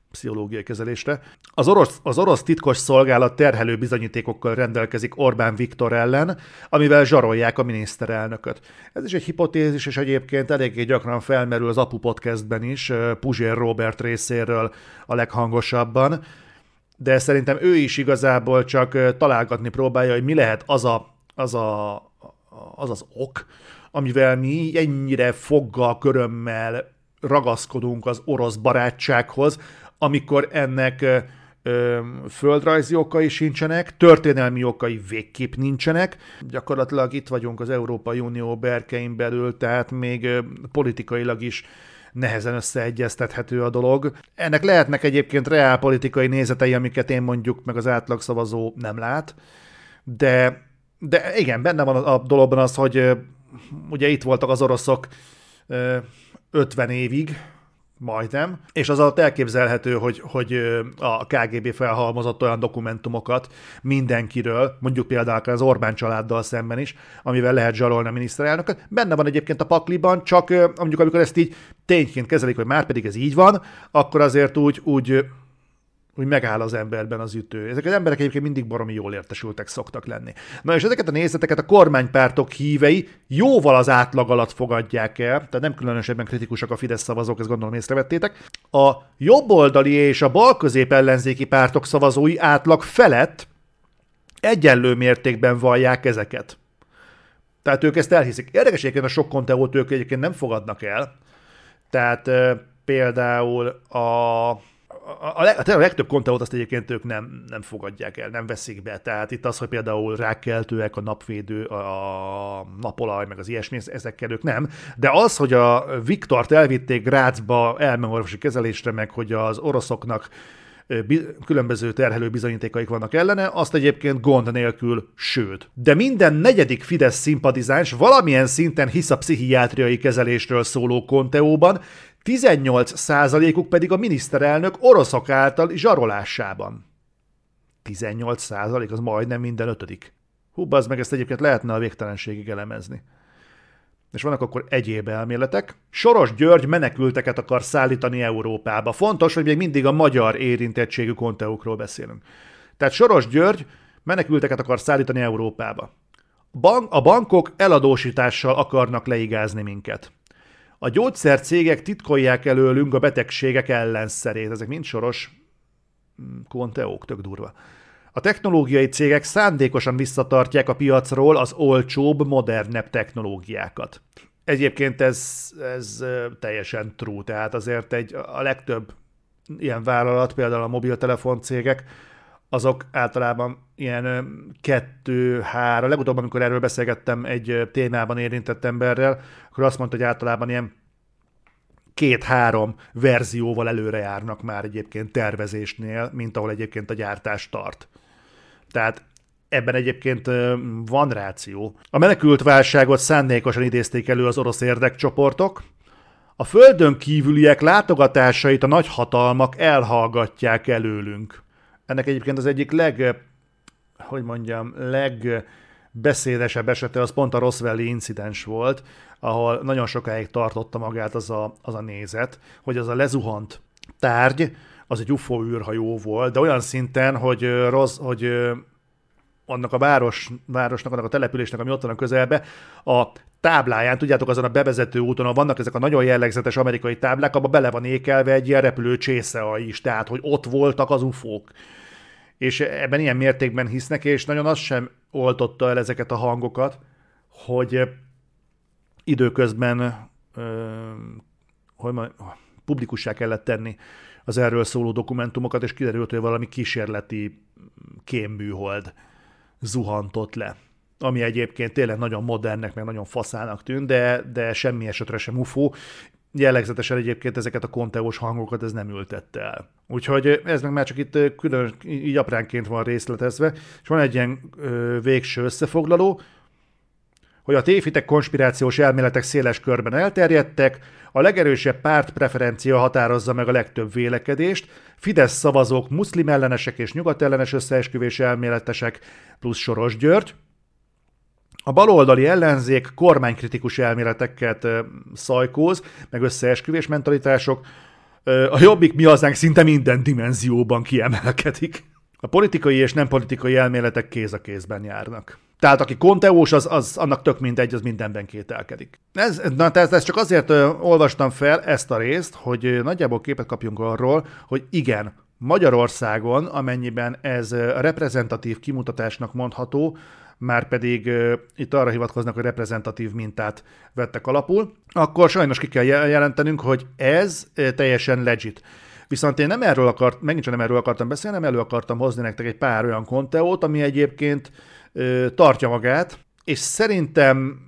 [SPEAKER 1] pszichológiai kezelésre. Az orosz titkos szolgálat terhelő bizonyítékokkal rendelkezik Orbán Viktor ellen, amivel zsarolják a miniszterelnököt. Ez is egy hipotézis, és egyébként eléggé gyakran felmerül az Apu podcastben is, Puzsér Róbert részéről a leghangosabban, de szerintem ő is igazából csak találgatni próbálja, hogy mi lehet az az ok, amivel mi ennyire foggal, körömmel ragaszkodunk az orosz barátsághoz, amikor ennek földrajzi okai sincsenek, történelmi okai végképp nincsenek. Gyakorlatilag itt vagyunk az Európai Unió berkein belül, tehát még politikailag is nehezen összeegyeztethető a dolog. Ennek lehetnek egyébként reálpolitikai nézetei, amiket én mondjuk meg az átlagszavazó nem lát, de igen, benne van a dologban az, hogy ugye itt voltak az oroszok 50 évig, majdnem, és az alatt elképzelhető, hogy a KGB felhalmozott olyan dokumentumokat mindenkiről, mondjuk például az Orbán családdal szemben is, amivel lehet zsarolni a miniszterelnököt. Benne van egyébként a pakliban, csak mondjuk amikor ezt így tényként kezelik, hogy már pedig ez így van, akkor azért úgy megáll az emberben az ütő. Ezek az emberek egyébként mindig baromi jól értesültek szoktak lenni. Na és ezeket a nézeteket a kormánypártok hívei jóval az átlag alatt fogadják el, tehát nem különösebben kritikusak a Fidesz szavazók, ezt gondolom észrevettétek. A jobboldali és a balközép ellenzéki pártok szavazói átlag felett egyenlő mértékben vallják ezeket. Tehát ők ezt elhiszik. Érdekes egyébként a sok konteót ők egyébként nem fogadnak el. Tehát például a legtöbb konteót azt egyébként ők nem fogadják el, nem veszik be. Tehát itt az, hogy például rákkeltőek, a napvédő, a napolaj, meg az ilyesmi, ezekkel ők nem. De az, hogy a Viktort elvitték Grazba elmeorvosi kezelésre, meg hogy az oroszoknak különböző terhelő bizonyítékaik vannak ellene, azt egyébként gond nélkül, sőt. De minden negyedik Fidesz szimpatizáns valamilyen szinten hisz a pszichiátriai kezelésről szóló konteóban, 18%-uk pedig a miniszterelnök oroszok által zsarolásában. 18%, az majdnem minden ötödik. Az meg ezt egyébként lehetne a végtelenségig elemezni. És vannak akkor egyéb elméletek. Soros György menekülteket akar szállítani Európába. Fontos, hogy még mindig a magyar érintettségű konteókról beszélünk. Tehát Soros György menekülteket akar szállítani Európába. A bankok eladósítással akarnak leigázni minket. A gyógyszercégek titkolják előlünk a betegségek ellenszerét. Ezek mind Soros konteók, tök durva. A technológiai cégek szándékosan visszatartják a piacról az olcsóbb, modernebb technológiákat. Egyébként ez teljesen true, tehát azért a legtöbb ilyen vállalat, például a mobiltelefon cégek, azok általában ilyen 2-3, legutóbb, amikor erről beszélgettem egy témában érintett emberrel, akkor azt mondta, hogy általában ilyen 2-3 verzióval előre járnak már egyébként tervezésnél, mint ahol egyébként a gyártás tart. Tehát ebben egyébként van ráció. A menekült válságot szándékosan idézték elő az orosz érdekcsoportok. A földön kívüliek látogatásait a nagyhatalmak elhallgatják előlünk. Ennek egyébként az egyik legbeszédesebb esete az pont a Roswelli incidens volt, ahol nagyon sokáig tartotta magát az a nézet, hogy az a lezuhant tárgy, az egy UFO űrhajó volt, de olyan szinten, hogy annak a városnak, annak a településnek, ami ott van a közelbe, a tábláján, tudjátok, azon a bevezető úton, ahol vannak ezek a nagyon jellegzetes amerikai táblák, abban bele van ékelve egy ilyen repülő csészealj is, tehát, hogy ott voltak az UFO-k. És ebben ilyen mértékben hisznek, és nagyon az sem oltotta el ezeket a hangokat, hogy időközben publikussá kellett tenni az erről szóló dokumentumokat, és kiderült, hogy valami kísérleti kémműhold zuhantott le. Ami egyébként tényleg nagyon modernnek, meg nagyon faszának tűnt, de semmi esetre sem UFO. Jellegzetesen egyébként ezeket a konteós hangokat ez nem ültette el. Úgyhogy ez meg már csak itt külön, így apránként van részletezve, és van egy ilyen végső összefoglaló, hogy a tévhitek konspirációs elméletek széles körben elterjedtek, a legerősebb pártpreferencia határozza meg a legtöbb vélekedést, Fidesz szavazók muszlim ellenesek és nyugatellenes összeesküvés elméletesek, plusz Soros György. A baloldali ellenzék kormánykritikus elméleteket szajkóz, meg összeesküvés mentalitások, A Jobbik mi hazánk szinte minden dimenzióban kiemelkedik. A politikai és nem politikai elméletek kéz a kézben járnak. Tehát aki konteós, az annak tök mindegy, az mindenben kételkedik. Ez csak azért olvastam fel ezt a részt, hogy nagyjából képet kapjunk arról, hogy igen, Magyarországon, amennyiben ez reprezentatív kimutatásnak mondható, már pedig itt arra hivatkoznak, hogy reprezentatív mintát vettek alapul, akkor sajnos ki kell jelentenünk, hogy ez teljesen legit. Viszont én megint csak nem erről akartam beszélni, nem elő akartam hozni nektek egy pár olyan konteót, ami egyébként tartja magát, és szerintem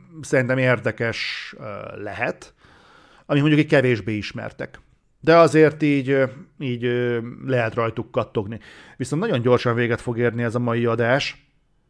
[SPEAKER 1] érdekes lehet, ami mondjuk egy kevésbé ismertek. De azért így lehet rajtuk kattogni. Viszont nagyon gyorsan véget fog érni ez a mai adás,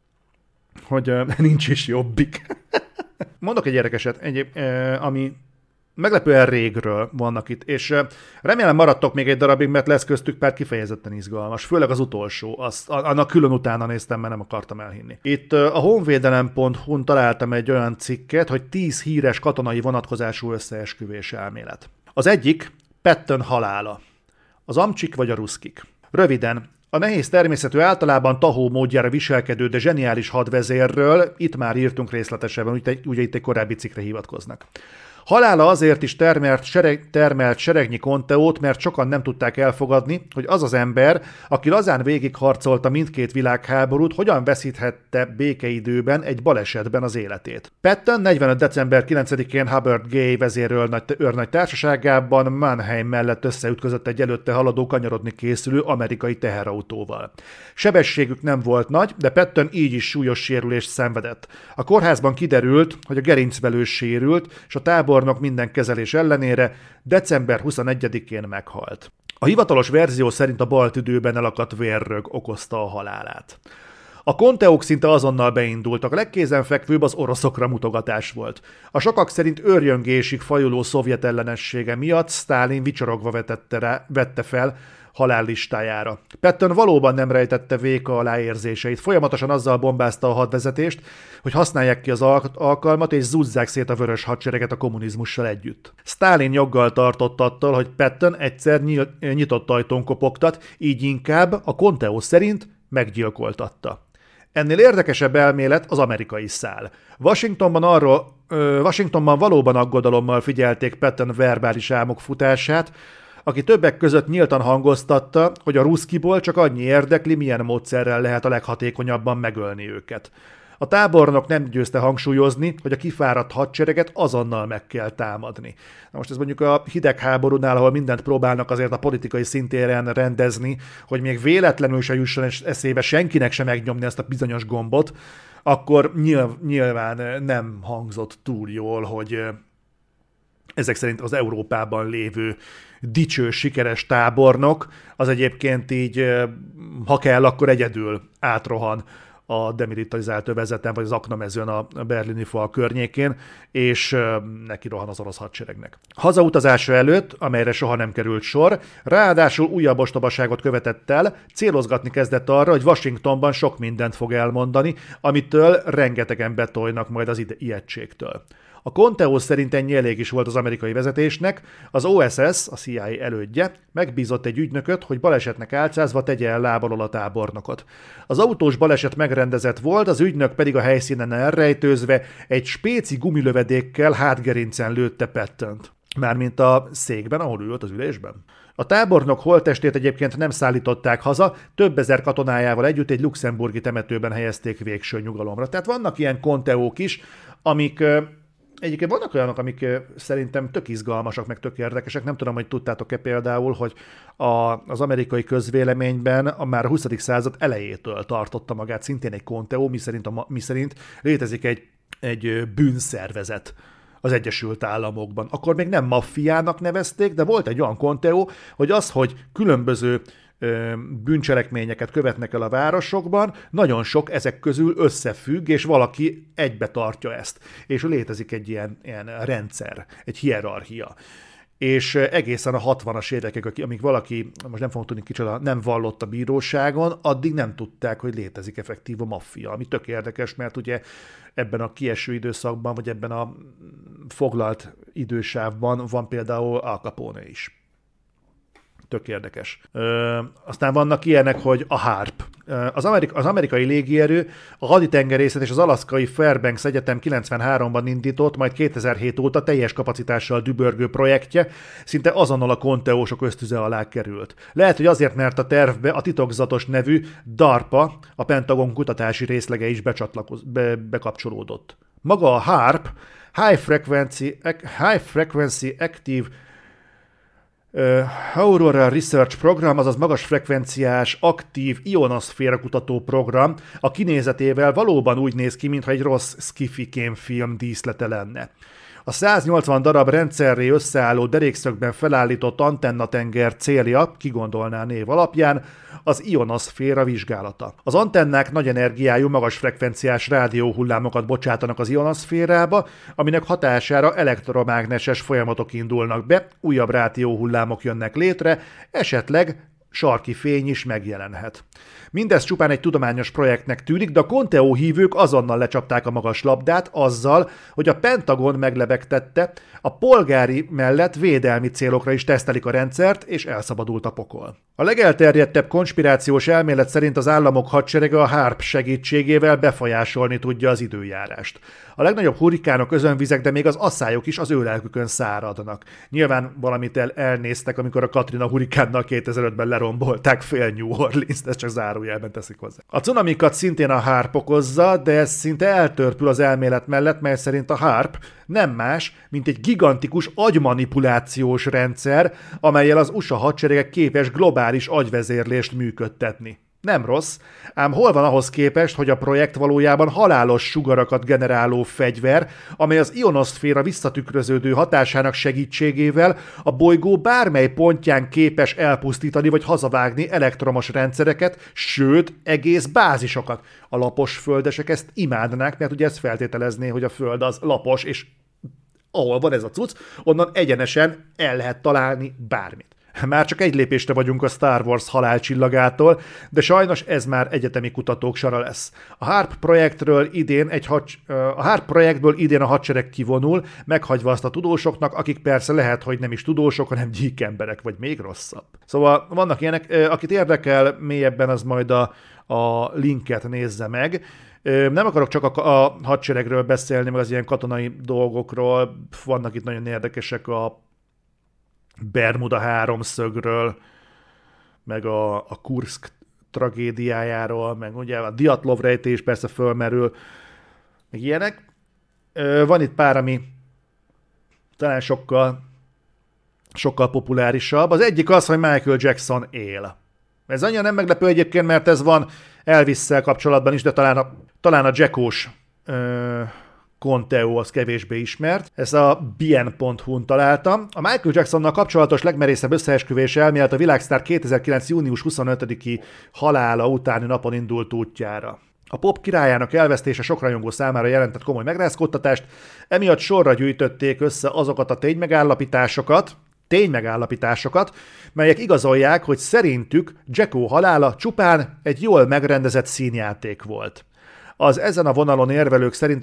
[SPEAKER 1] hogy nincs is Jobbik. Mondok egy érdekeset, ami meglepően régről vannak itt, és remélem maradtok még egy darabig, mert lesz köztük pár kifejezetten izgalmas, főleg az utolsó, annak külön utána néztem, mert nem akartam elhinni. Itt a honvédelem.hu-n találtam egy olyan cikket, hogy 10 híres katonai vonatkozású összeesküvés elmélet. Az egyik Patton halála. Az amcsik vagy a ruszkik. Röviden, a nehéz természetű, általában tahó módjára viselkedő, de zseniális hadvezérről itt már írtunk részletesebben, ugye itt egy korábbi cikkre hivatkoznak. Halála azért is termelt seregnyi konteót, mert sokan nem tudták elfogadni, hogy az az ember, aki lazán végigharcolta mindkét világháborút, hogyan veszíthette békeidőben egy balesetben az életét. Patton 45. december 9-én Hubbard Gay vezérőrnagy társaságában Mannheim mellett összeütközött egy előtte haladó kanyarodni készülő amerikai teherautóval. Sebességük nem volt nagy, de Patton így is súlyos sérülést szenvedett. A kórházban kiderült, hogy a gerincvelő sérült, és a tábornok minden kezelés ellenére december 21-én meghalt. A hivatalos verzió szerint a bal tüdőben elakadt vérrög okozta a halálát. A konteók szinte azonnal beindultak, a legkézenfekvőbb az oroszokra mutogatás volt. A sokak szerint őrjöngésig fajuló szovjet ellenessége miatt Sztálin vicsorogva vette fel halállistájára. Patton valóban nem rejtette véka alá érzéseit, folyamatosan azzal bombázta a hadvezetést, hogy használják ki az alkalmat és zúzzák szét a vörös hadsereget a kommunizmussal együtt. Sztálin joggal tartott attól, hogy Patton egyszer nyitott ajtón kopogtat, így inkább a konteó szerint meggyilkoltatta. Ennél érdekesebb elmélet az amerikai szál. Washingtonban valóban aggodalommal figyelték Patton verbális álmok futását, aki többek között nyíltan hangoztatta, hogy a ruszkiból csak annyi érdekli, milyen módszerrel lehet a leghatékonyabban megölni őket. A tábornok nem győzte hangsúlyozni, hogy a kifáradt hadsereget azonnal meg kell támadni. Na most ez mondjuk a hidegháborúnál, ahol mindent próbálnak azért a politikai szintéren rendezni, hogy még véletlenül se jusson eszébe senkinek se megnyomni ezt a bizonyos gombot, akkor nyilván nem hangzott túl jól, hogy ezek szerint az Európában lévő dicső, sikeres tábornok, az egyébként így, ha kell, akkor egyedül átrohan a demilitarizált övezeten, vagy az aknamezőn a berlini fal környékén, és neki rohan az orosz hadseregnek. Hazautazása előtt, amelyre soha nem került sor, ráadásul újabb ostobaságot követett el, célozgatni kezdett arra, hogy Washingtonban sok mindent fog elmondani, amitől rengetegen betolnak majd az ijegységtől. A konteó szerint ennyi elég is volt az amerikai vezetésnek, az OSS, a CIA elődje, megbízott egy ügynököt, hogy balesetnek álcázva tegye el lábbal a tábornokot. Az autós baleset megrendezett volt, az ügynök pedig a helyszínen elrejtőzve egy spéci gumilövedékkel hátgerincen lőtte Pattont. Mármint a székben, ahol ült az ülésben. A tábornok holttestét egyébként nem szállították haza, több ezer katonájával együtt egy luxemburgi temetőben helyezték végső nyugalomra. Tehát vannak ilyen konteók is, amik... Egyébként vannak olyanok, amik szerintem tök izgalmasak, meg tök érdekesek. Nem tudom, hogy tudtátok-e például, hogy az amerikai közvéleményben a már 20. század elejétől tartotta magát szintén egy konteó, miszerint létezik egy bűnszervezet az Egyesült Államokban. Akkor még nem maffiának nevezték, de volt egy olyan konteó, hogy az, hogy különböző bűncselekményeket követnek el a városokban, nagyon sok ezek közül összefügg, és valaki egybe tartja ezt. És létezik egy ilyen rendszer, egy hierarchia. És egészen a 60-as évekig, amíg valaki, most nem fogom tudni kicsoda, nem vallott a bíróságon, addig nem tudták, hogy létezik effektív a maffia, ami tök érdekes, mert ugye ebben a kieső időszakban, vagy ebben a foglalt idősávban van például Al Capone is. Tök érdekes. Aztán vannak ilyenek, hogy a HARP. Az amerikai légierő a haditengerészet és az alaszkai Fairbanks Egyetem 93-ban indított, majd 2007 óta teljes kapacitással dübörgő projektje szinte azonnal a konteósok ösztüze alá került. Lehet, hogy azért, mert a tervbe a titokzatos nevű DARPA, a Pentagon kutatási részlege is bekapcsolódott. Maga a HARP, High Frequency Active Aurora Research Program, azaz magas frekvenciás, aktív ionoszféra kutató program, a kinézetével valóban úgy néz ki, mintha egy rossz sci-fi kémfilm díszlete lenne. A 180 darab rendszerré összeálló derékszögben felállított antennatenger célja, kigondolná név alapján, az ionoszféra vizsgálata. Az antennák nagy energiájú, magas frekvenciás rádióhullámokat bocsátanak az ionoszférába, aminek hatására elektromágneses folyamatok indulnak be, újabb rádióhullámok jönnek létre, esetleg sarki fény is megjelenhet. Mindez csupán egy tudományos projektnek tűnik, de a Conteo hívők azonnal lecsapták a magas labdát azzal, hogy a Pentagon meglebegtette, a polgári mellett védelmi célokra is tesztelik a rendszert, és elszabadult a pokol. A legelterjedtebb konspirációs elmélet szerint az államok hadserege a HARP segítségével befolyásolni tudja az időjárást. A legnagyobb hurrikánok, özönvizek, de még az asszályok is az ő lelkükön száradnak. Nyilván valamit elnéztek, amikor a Katrina hurrikánnal 2005-ben lerombolták fél New Orleans-t, ezt csak zárójelben teszik hozzá. A cunamikat szintén a HARP okozza, de ez szinte eltörpül az elmélet mellett, mely szerint a HARP nem más, mint egy gigantikus agymanipulációs rendszer, amellyel az USA hadserege képes globális agyvezérlést működtetni. Nem rossz, ám hol van ahhoz képest, hogy a projekt valójában halálos sugarakat generáló fegyver, amely az ionoszféra visszatükröződő hatásának segítségével a bolygó bármely pontján képes elpusztítani vagy hazavágni elektromos rendszereket, sőt, egész bázisokat. A lapos földesek ezt imádnák, mert ugye ez feltételezné, hogy a Föld az lapos, és ahol van ez a cucc, onnan egyenesen el lehet találni bármit. Már csak egy lépésre vagyunk a Star Wars halálcsillagától, de sajnos ez már egyetemi kutatók sora lesz. A HARP projektből idén a hadsereg kivonul, meghagyva azt a tudósoknak, akik persze lehet, hogy nem is tudósok, hanem gyík emberek, vagy még rosszabb. Szóval vannak ilyenek, akit érdekel mélyebben, az majd a linket nézze meg. Nem akarok csak a hadseregről beszélni, meg az ilyen katonai dolgokról, vannak itt nagyon érdekesek a Bermuda háromszögről, meg a Kurszk tragédiájáról, meg ugye a Diatlov rejtés persze fölmerül, meg ilyenek. Van itt pár, ami talán sokkal populárisabb. Az egyik az, hogy Michael Jackson él. Ez annyira nem meglepő egyébként, mert ez van Elvis-szel kapcsolatban is, de talán a Jackós Conteo az kevésbé ismert. Ezt a bien.hu-n találtam. A Michael Jacksonnal kapcsolatos legmerészebb összeesküvés elmélet a világsztár 2009. június 25-i halála utáni napon indult útjára. A pop királyának elvesztése sok rajongó számára jelentett komoly megrázkódtatást, emiatt sorra gyűjtötték össze azokat a ténymegállapításokat, melyek igazolják, hogy szerintük Jacko halála csupán egy jól megrendezett színjáték volt. Az ezen a vonalon érvelők szerint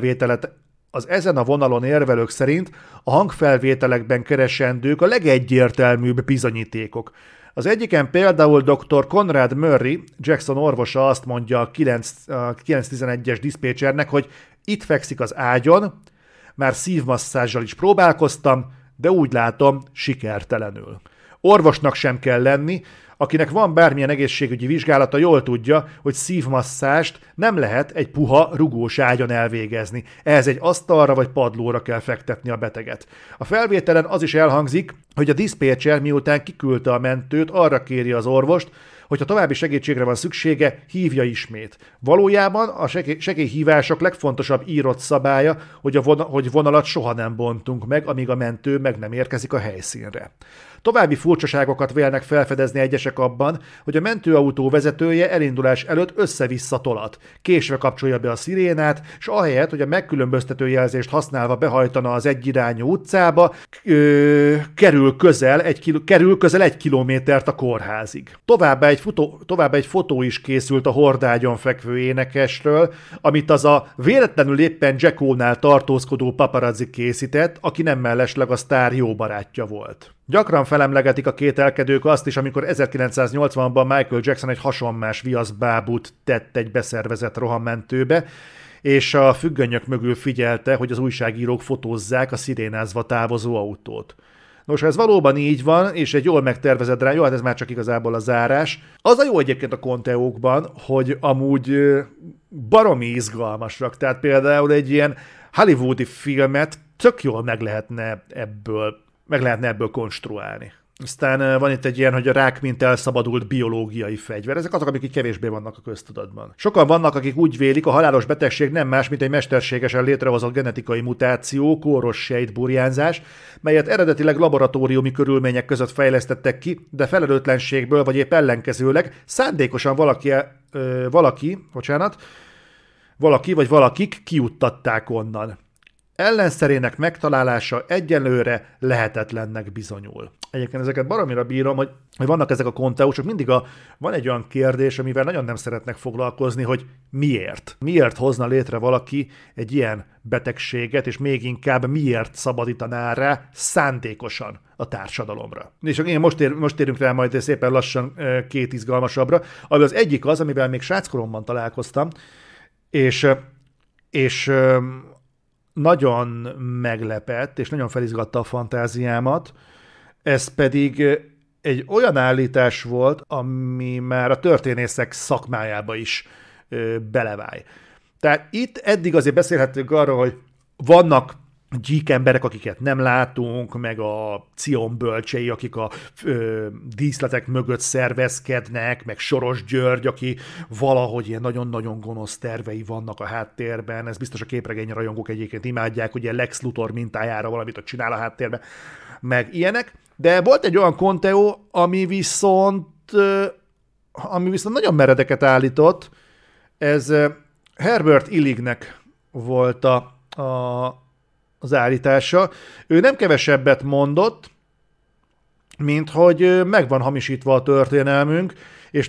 [SPEAKER 1] a hangfelvételekben keresendők a legegyértelműbb bizonyítékok. Az egyiken például dr. Conrad Murray, Jackson orvosa azt mondja a 911-es diszpécsernek, hogy itt fekszik az ágyon, már szívmasszázsal is próbálkoztam, de úgy látom, sikertelenül. Orvosnak sem kell lenni, akinek van bármilyen egészségügyi vizsgálata, jól tudja, hogy szívmasszást nem lehet egy puha, rugós ágyon elvégezni. Ehhez egy asztalra vagy padlóra kell fektetni a beteget. A felvételen az is elhangzik, hogy a diszpécser miután kiküldte a mentőt, arra kéri az orvost, hogyha további segítségre van szüksége, hívja ismét. Valójában a segélyhívások legfontosabb írott szabálya, hogy vonalat soha nem bontunk meg, amíg a mentő meg nem érkezik a helyszínre. További furcsaságokat vélnek felfedezni egyesek abban, hogy a mentőautó vezetője elindulás előtt össze-vissza tolat, késve kapcsolja be a szirénát, és ahelyett, hogy a megkülönböztető jelzést használva behajtana az egyirányú utcába, kerül közel egy kilométert a kórházig. Továbbá egy fotó is készült a hordágyon fekvő énekesről, amit az a véletlenül éppen Jackónál tartózkodó paparazzi készített, aki nem mellesleg a sztár jó barátja volt. Gyakran felemlegetik a kételkedők azt is, amikor 1980-ban Michael Jackson egy hasonmás viaszbábút tett egy beszervezett rohammentőbe, és a függönyök mögül figyelte, hogy az újságírók fotózzák a szirénázva távozó autót. Nos, ha ez valóban így van, és egy jól megtervezett dráma, jó, hát ez már csak igazából a zárás. Az a jó egyébként a Conteókban, hogy amúgy baromi izgalmasak. Tehát például egy ilyen hollywoodi filmet tök jól meg lehetne ebből konstruálni. Aztán van itt egy ilyen, hogy a rák mint elszabadult biológiai fegyver. Ezek azok, amik így kevésbé vannak a köztudatban. Sokan vannak, akik úgy vélik, a halálos betegség nem más, mint egy mesterségesen létrehozott genetikai mutáció, kóros sejtburjánzás, melyet eredetileg laboratóriumi körülmények között fejlesztettek ki, de felelőtlenségből vagy épp ellenkezőleg szándékosan valaki vagy valakik kijuttatták onnan. Ellenszerének megtalálása egyenlőre lehetetlennek bizonyul. Egyébként ezeket baromira bírom, hogy vannak ezek a konteósok, mindig van egy olyan kérdés, amivel nagyon nem szeretnek foglalkozni, hogy miért? Miért hozna létre valaki egy ilyen betegséget, és még inkább miért szabadítaná rá szándékosan a társadalomra. És én most térünk rá majd szépen lassan két izgalmasabbra, ami az egyik az, amivel még sráckoromban találkoztam, és nagyon meglepett, és nagyon felizgatta a fantáziámat. Ez pedig egy olyan állítás volt, ami már a történészek szakmájába is beleváj. Tehát itt eddig azért beszélhetünk arról, hogy vannak gyík emberek, akiket nem látunk, meg a Cion bölcsei, akik a díszletek mögött szervezkednek, meg Soros György, aki valahogy ilyen nagyon-nagyon gonosz tervei vannak a háttérben. Ez biztos a képregény rajongók egyébként imádják, hogy ilyen Lex Luthor mintájára valamit ott csinál a háttérben, meg ilyenek. De volt egy olyan konteó, ami viszont nagyon meredeket állított. Ez Herbert Illignek volt az állítása. Ő nem kevesebbet mondott, mint hogy meg van hamisítva a történelmünk, és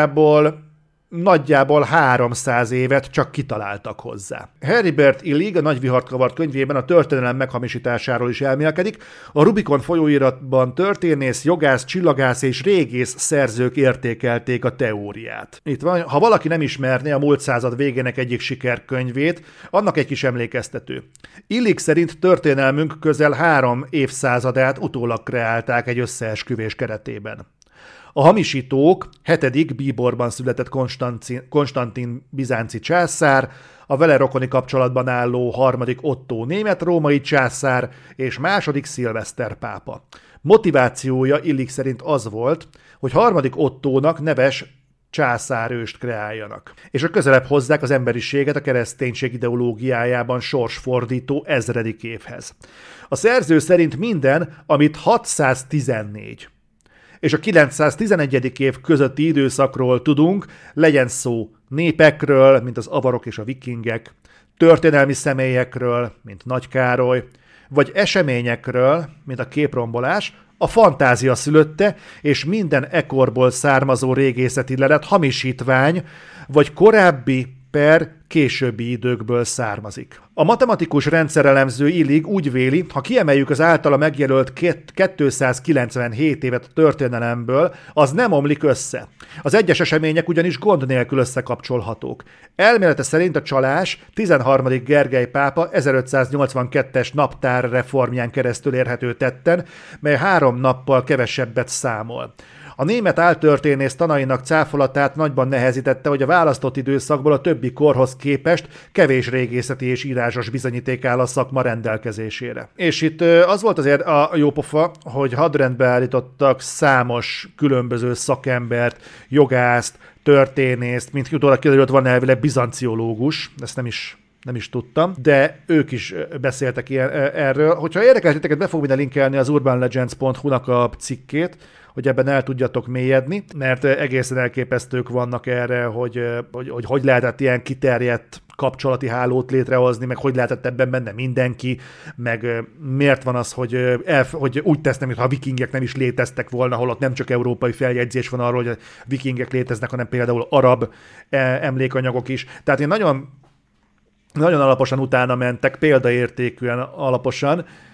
[SPEAKER 1] nagyjából 300 évet csak kitaláltak hozzá. Herbert Illig a Nagy vihart kavart könyvében a történelem meghamisításáról is elmélkedik. A Rubikon folyóiratban történész, jogász, csillagász és régész szerzők értékelték a teóriát. Itt van, ha valaki nem ismerné a múlt század végének egyik sikerkönyvét, annak egy kis emlékeztető. Illig szerint történelmünk közel 3 évszázadát utólag kreálták egy összeesküvés keretében. A hamisítók 7. bíborban született Konstantin bizánci császár, a vele rokoni kapcsolatban álló 3. Ottó német-római császár és 2. Szilveszter pápa. Motivációja Illig szerint az volt, hogy 3. Ottónak neves császárőst kreáljanak, és a közelebb hozzák az emberiséget a kereszténység ideológiájában sorsfordító 1000. évhez. A szerző szerint minden, amit 614 és a 911. év közötti időszakról tudunk, legyen szó népekről, mint az avarok és a vikingek, történelmi személyekről, mint Nagy Károly, vagy eseményekről, mint a képrombolás, a fantázia szülötte, és minden ekorból származó régészeti lelet hamisítvány, vagy korábbi per későbbi időkből származik. A matematikus rendszerelemző Illig úgy véli, ha kiemeljük az általa megjelölt 297 évet a történelemből, az nem omlik össze. Az egyes események ugyanis gond nélkül összekapcsolhatók. Elmélete szerint a csalás 13. Gergely pápa 1582-es naptár reformján keresztül érhető tetten, mely 3 nappal kevesebbet számol. A német áltörténész tanainak cáfolatát nagyban nehezítette, hogy a választott időszakból a többi korhoz képest kevés régészeti és írásos bizonyíték áll a szakma rendelkezésére. És itt az volt azért a jópofa, hogy hadrendbe állítottak számos különböző szakembert, jogászt, történészt, mint utólag kiderült, van elvileg bizanciológus, ezt nem is tudtam, de ők is beszéltek erről. Hogyha érdekel titeket, be fogom ide linkelni az urbanlegends.hu-nak a cikkét, hogy ebben el tudjatok mélyedni, mert egészen elképesztők vannak erre, hogy lehetett ilyen kiterjedt kapcsolati hálót létrehozni, meg hogy lehetett ebben benne mindenki, meg miért van az, hogy úgy tesznek, mintha a vikingek nem is léteztek volna, holott nem csak európai feljegyzés van arról, hogy a vikingek léteznek, hanem például arab emlékanyagok is. Tehát én nagyon alaposan utána mentek, példaértékűen alaposan,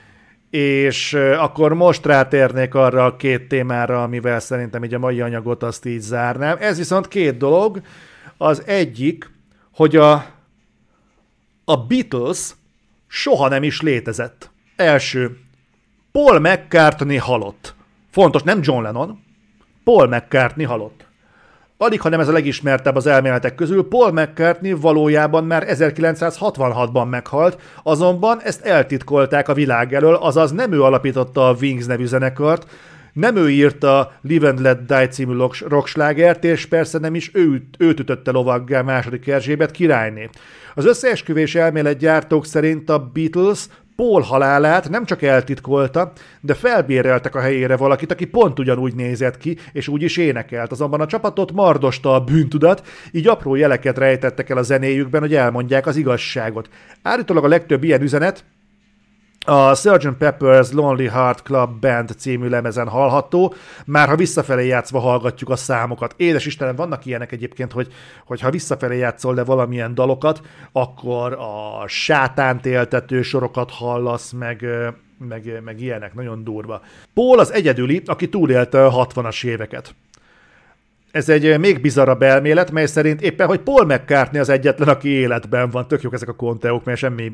[SPEAKER 1] És akkor most rátérnék arra a két témára, amivel szerintem így a mai anyagot azt így zárnám. Ez viszont két dolog. Az egyik, hogy a Beatles soha nem is létezett. Első, Paul McCartney halott. Fontos, nem John Lennon. Paul McCartney halott. Alig, ha nem ez a legismertebb az elméletek közül, Paul McCartney valójában már 1966-ban meghalt, azonban ezt eltitkolták a világ elől, azaz nem ő alapította a Wings nevű zenekart, nem ő írta Live and Let Die című rockslágert, és persze nem is őt ütötte lovaggá második Erzsébet királyné. Az összeesküvés elméletgyártók szerint a Beatles Paul halálát nem csak eltitkolta, de felbéreltek a helyére valakit, aki pont ugyanúgy nézett ki, és úgy is énekelt. Azonban a csapatot mardosta a bűntudat, így apró jeleket rejtettek el a zenéjükben, hogy elmondják az igazságot. Állítólag a legtöbb ilyen üzenet a Sgt. Pepper's Lonely Heart Club Band című lemezen hallható, már ha visszafelé játszva hallgatjuk a számokat. Édes Istenem, vannak ilyenek egyébként, hogy ha visszafelé játszol le valamilyen dalokat, akkor a sátánt éltető sorokat hallasz, meg ilyenek, nagyon durva. Paul az egyedüli, aki túlélte a 60-as éveket. Ez egy még bizarrabb elmélet, mely szerint éppen, hogy Paul McCartney az egyetlen, aki életben van. Tök jók ezek a konteók, mert semmi,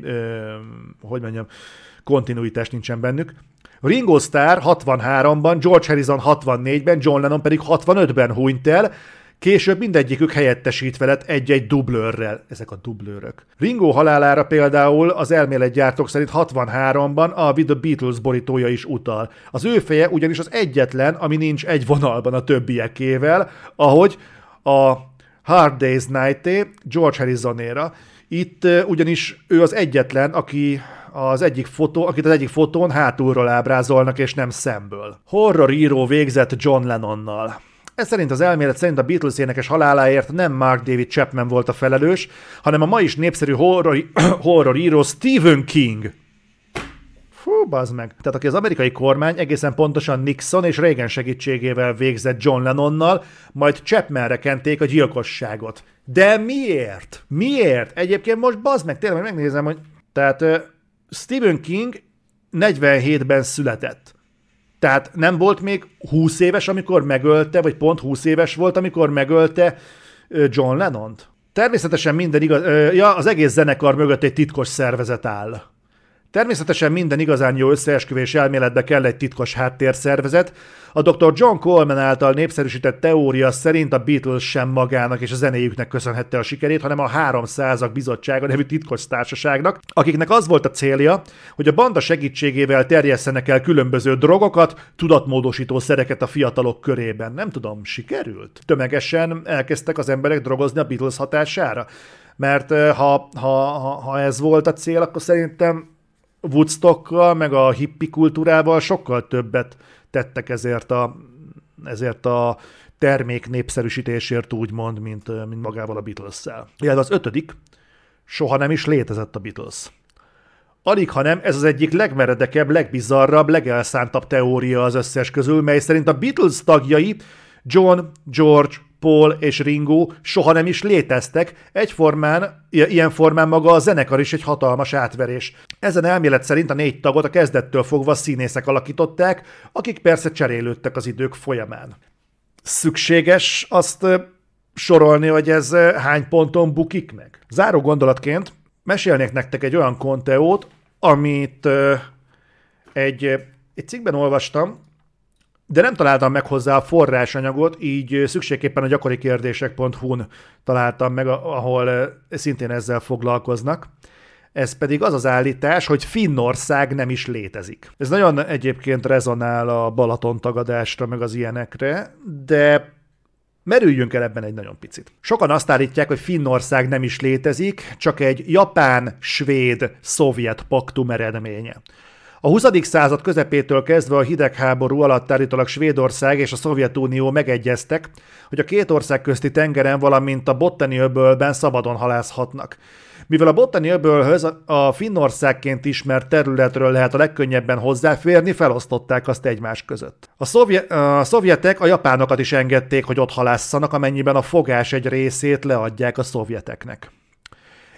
[SPEAKER 1] kontinuitás nincsen bennük. Ringo Starr 63-ban, George Harrison 64-ben, John Lennon pedig 65-ben hunyt el, később mindegyikük helyettesítve lett egy-egy dublőrrel. Ezek a dublőrök. Ringo halálára például az elméletgyártók szerint 63-ban a With the Beatles borítója is utal. Az ő feje ugyanis az egyetlen, ami nincs egy vonalban a többiekével, ahogy a Hard Day's Night-é George Harrisonéra. Itt ugyanis ő az egyetlen, akit az egyik fotón hátulról ábrázolnak, és nem szemből. Horroríró végzett John Lennonnal. Ez szerint az elmélet szerint a Beatles énekes haláláért nem Mark David Chapman volt a felelős, hanem a ma is népszerű horroríró Stephen King. Fú, bazd meg. Tehát aki az amerikai kormány egészen pontosan Nixon és Reagan segítségével végzett John Lennonnal, majd Chapmanre kenték a gyilkosságot. De miért? Miért? Egyébként most bazd meg, tényleg megnézem, hogy... Tehát Stephen King 47-ben született. Tehát nem volt még 20 éves, amikor megölte, vagy pont 20 éves volt, amikor megölte John Lennont. Természetesen minden igaz... az egész zenekar mögött egy titkos szervezet áll. Természetesen minden igazán jó összeesküvés elméletbe kell egy titkos háttérszervezet. A Dr. John Coleman által népszerűsített teória szerint a Beatles sem magának és a zenéjüknek köszönhette a sikerét, hanem a 300-ak bizottsága nevű titkos társaságnak, akiknek az volt a célja, hogy a banda segítségével terjesszenek el különböző drogokat, tudatmódosító szereket a fiatalok körében. Nem tudom, sikerült? Tömegesen elkezdtek az emberek drogozni a Beatles hatására? Mert ha ez volt a cél, akkor szerintem Woodstockkal, meg a hippi kultúrával sokkal többet tettek ezért a termék népszerűsítésért úgymond, mint magával a Beatles-szel. Illetve az 5. soha nem is létezett a Beatles. Alig, hanem ez az egyik legmeredekebb, legbizarrabb, legelszántabb teória az összes közül, mely szerint a Beatles tagjai John, George, Paul és Ringo soha nem is léteztek, ilyen formán maga a zenekar is egy hatalmas átverés. Ezen elmélet szerint a 4 tagot a kezdettől fogva színészek alakították, akik persze cserélődtek az idők folyamán. Szükséges azt sorolni, hogy ez hány ponton bukik meg? Záró gondolatként mesélnék nektek egy olyan konteót, amit egy cikkben olvastam, de nem találtam meg hozzá a forrásanyagot, így szükségképpen a gyakorikérdések.hu-n találtam meg, ahol szintén ezzel foglalkoznak. Ez pedig az az állítás, hogy Finnország nem is létezik. Ez nagyon egyébként rezonál a Balaton tagadásra, meg az ilyenekre, de merüljünk el ebben egy nagyon picit. Sokan azt állítják, hogy Finnország nem is létezik, csak egy japán-svéd-szovjet paktum eredménye. A 20. század közepétől kezdve a hidegháború alatt állítólag Svédország és a Szovjetunió megegyeztek, hogy a két ország közti tengeren, valamint a Botteni-öbölben szabadon halászhatnak. Mivel a Botteni-öbölhöz a Finnországként ismert területről lehet a legkönnyebben hozzáférni, felosztották azt egymás között. A szovjetek a japánokat is engedték, hogy ott halásszanak, amennyiben a fogás egy részét leadják a szovjeteknek.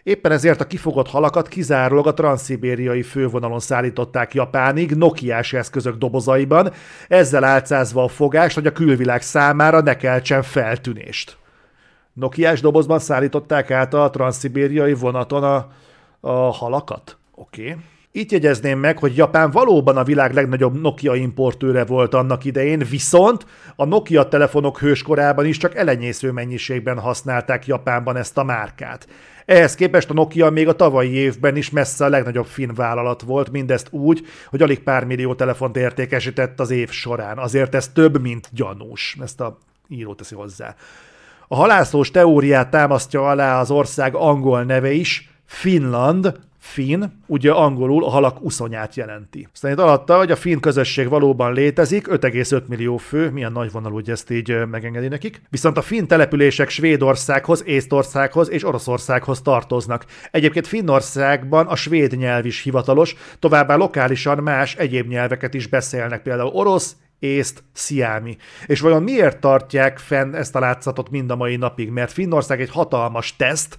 [SPEAKER 1] Éppen ezért a kifogott halakat kizárólag a transzszibériai fővonalon szállították Japánig, Nokiás eszközök dobozaiban, ezzel álcázva a fogást, hogy a külvilág számára ne keltsen feltűnést. Nokiás dobozban szállították át a transzszibériai vonaton a halakat? Oké. Itt jegyezném meg, hogy Japán valóban a világ legnagyobb Nokia importőre volt annak idején, viszont a Nokia telefonok hőskorában is csak elenyésző mennyiségben használták Japánban ezt a márkát. Ehhez képest a Nokia még a tavalyi évben is messze a legnagyobb finn vállalat volt, mindezt úgy, hogy alig pár millió telefont értékesített az év során. Azért ez több, mint gyanús. Ezt a író teszi hozzá. A halászós teóriát támasztja alá az ország angol neve is, Finland, finn, ugye angolul a halak uszonyát jelenti. Aztán itt alatta, hogy a finn közösség valóban létezik, 5,5 millió fő, milyen nagyvonalú, hogy ezt így megengedi nekik. Viszont a finn települések Svédországhoz, Észtországhoz és Oroszországhoz tartoznak. Egyébként Finnországban a svéd nyelv is hivatalos, továbbá lokálisan más egyéb nyelveket is beszélnek, például orosz, észt, sziámi. És vajon miért tartják fenn ezt a látszatot mind a mai napig? Mert Finnország egy hatalmas teszt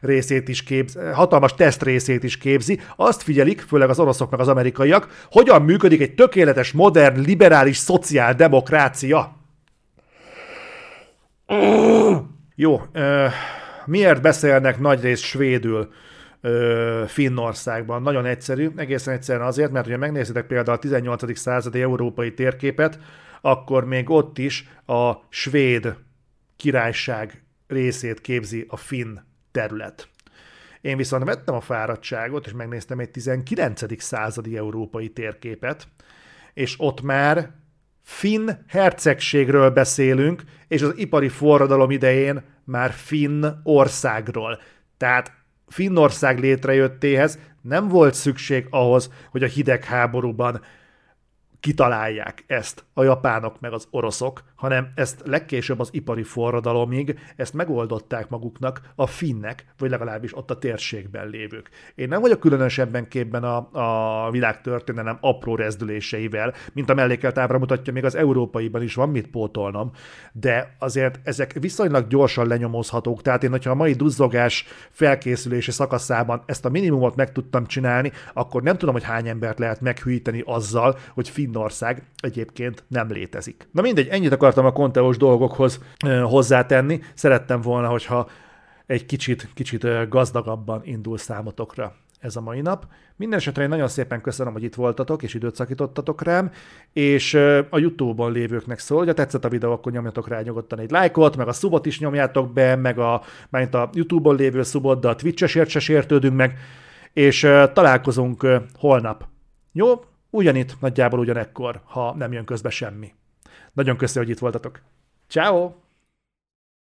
[SPEAKER 1] részét is képzi. Azt figyelik, főleg az oroszok meg az amerikaiak, hogyan működik egy tökéletes, modern, liberális szociáldemokrácia. Jó, miért beszélnek nagyrészt svédül Finnországban? Nagyon egyszerű, egészen egyszerűen azért, mert ha megnézitek például a 18. századi európai térképet, akkor még ott is a svéd királyság részét képzi a finn terület. Én viszont vettem a fáradtságot, és megnéztem egy 19. századi európai térképet, és ott már finn hercegségről beszélünk, és az ipari forradalom idején már finn országról. Tehát Finnország létrejöttéhez nem volt szükség ahhoz, hogy a hidegháborúban kitalálják ezt a japánok meg az oroszok, hanem ezt legkésőbb az ipari forradalomig ezt megoldották maguknak a finnek, vagy legalábbis ott a térségben lévők. Én nem vagyok különösebben képben a világtörténelem apró rezdüléseivel, mint a mellékelt ábra mutatja, még az európaiban is van mit pótolnom, de azért ezek viszonylag gyorsan lenyomozhatók, tehát én, hogyha a mai duzzogás felkészülési szakaszában ezt a minimumot meg tudtam csinálni, akkor nem tudom, hogy hány embert lehet meghűíteni azzal, hogy Finnország egyébként nem létezik. Na mindegy, ennyit akartam a konteós dolgokhoz hozzátenni. Szerettem volna, hogyha egy kicsit gazdagabban indul számotokra ez a mai nap. Mindenesetre én nagyon szépen köszönöm, hogy itt voltatok, és időt szakítottatok rám, és a YouTube-on lévőknek szól, hogy ha tetszett a videó, akkor nyomjatok rá nyugodtan egy lájkot, meg a subot is nyomjátok be, meg a YouTube-on lévő subot, de a Twitch-esért se sértődünk meg, és találkozunk holnap. Jó? Ugyanitt, nagyjából ugyanekkor, ha nem jön közbe semmi. Nagyon köszönöm, hogy itt voltatok. Ciao.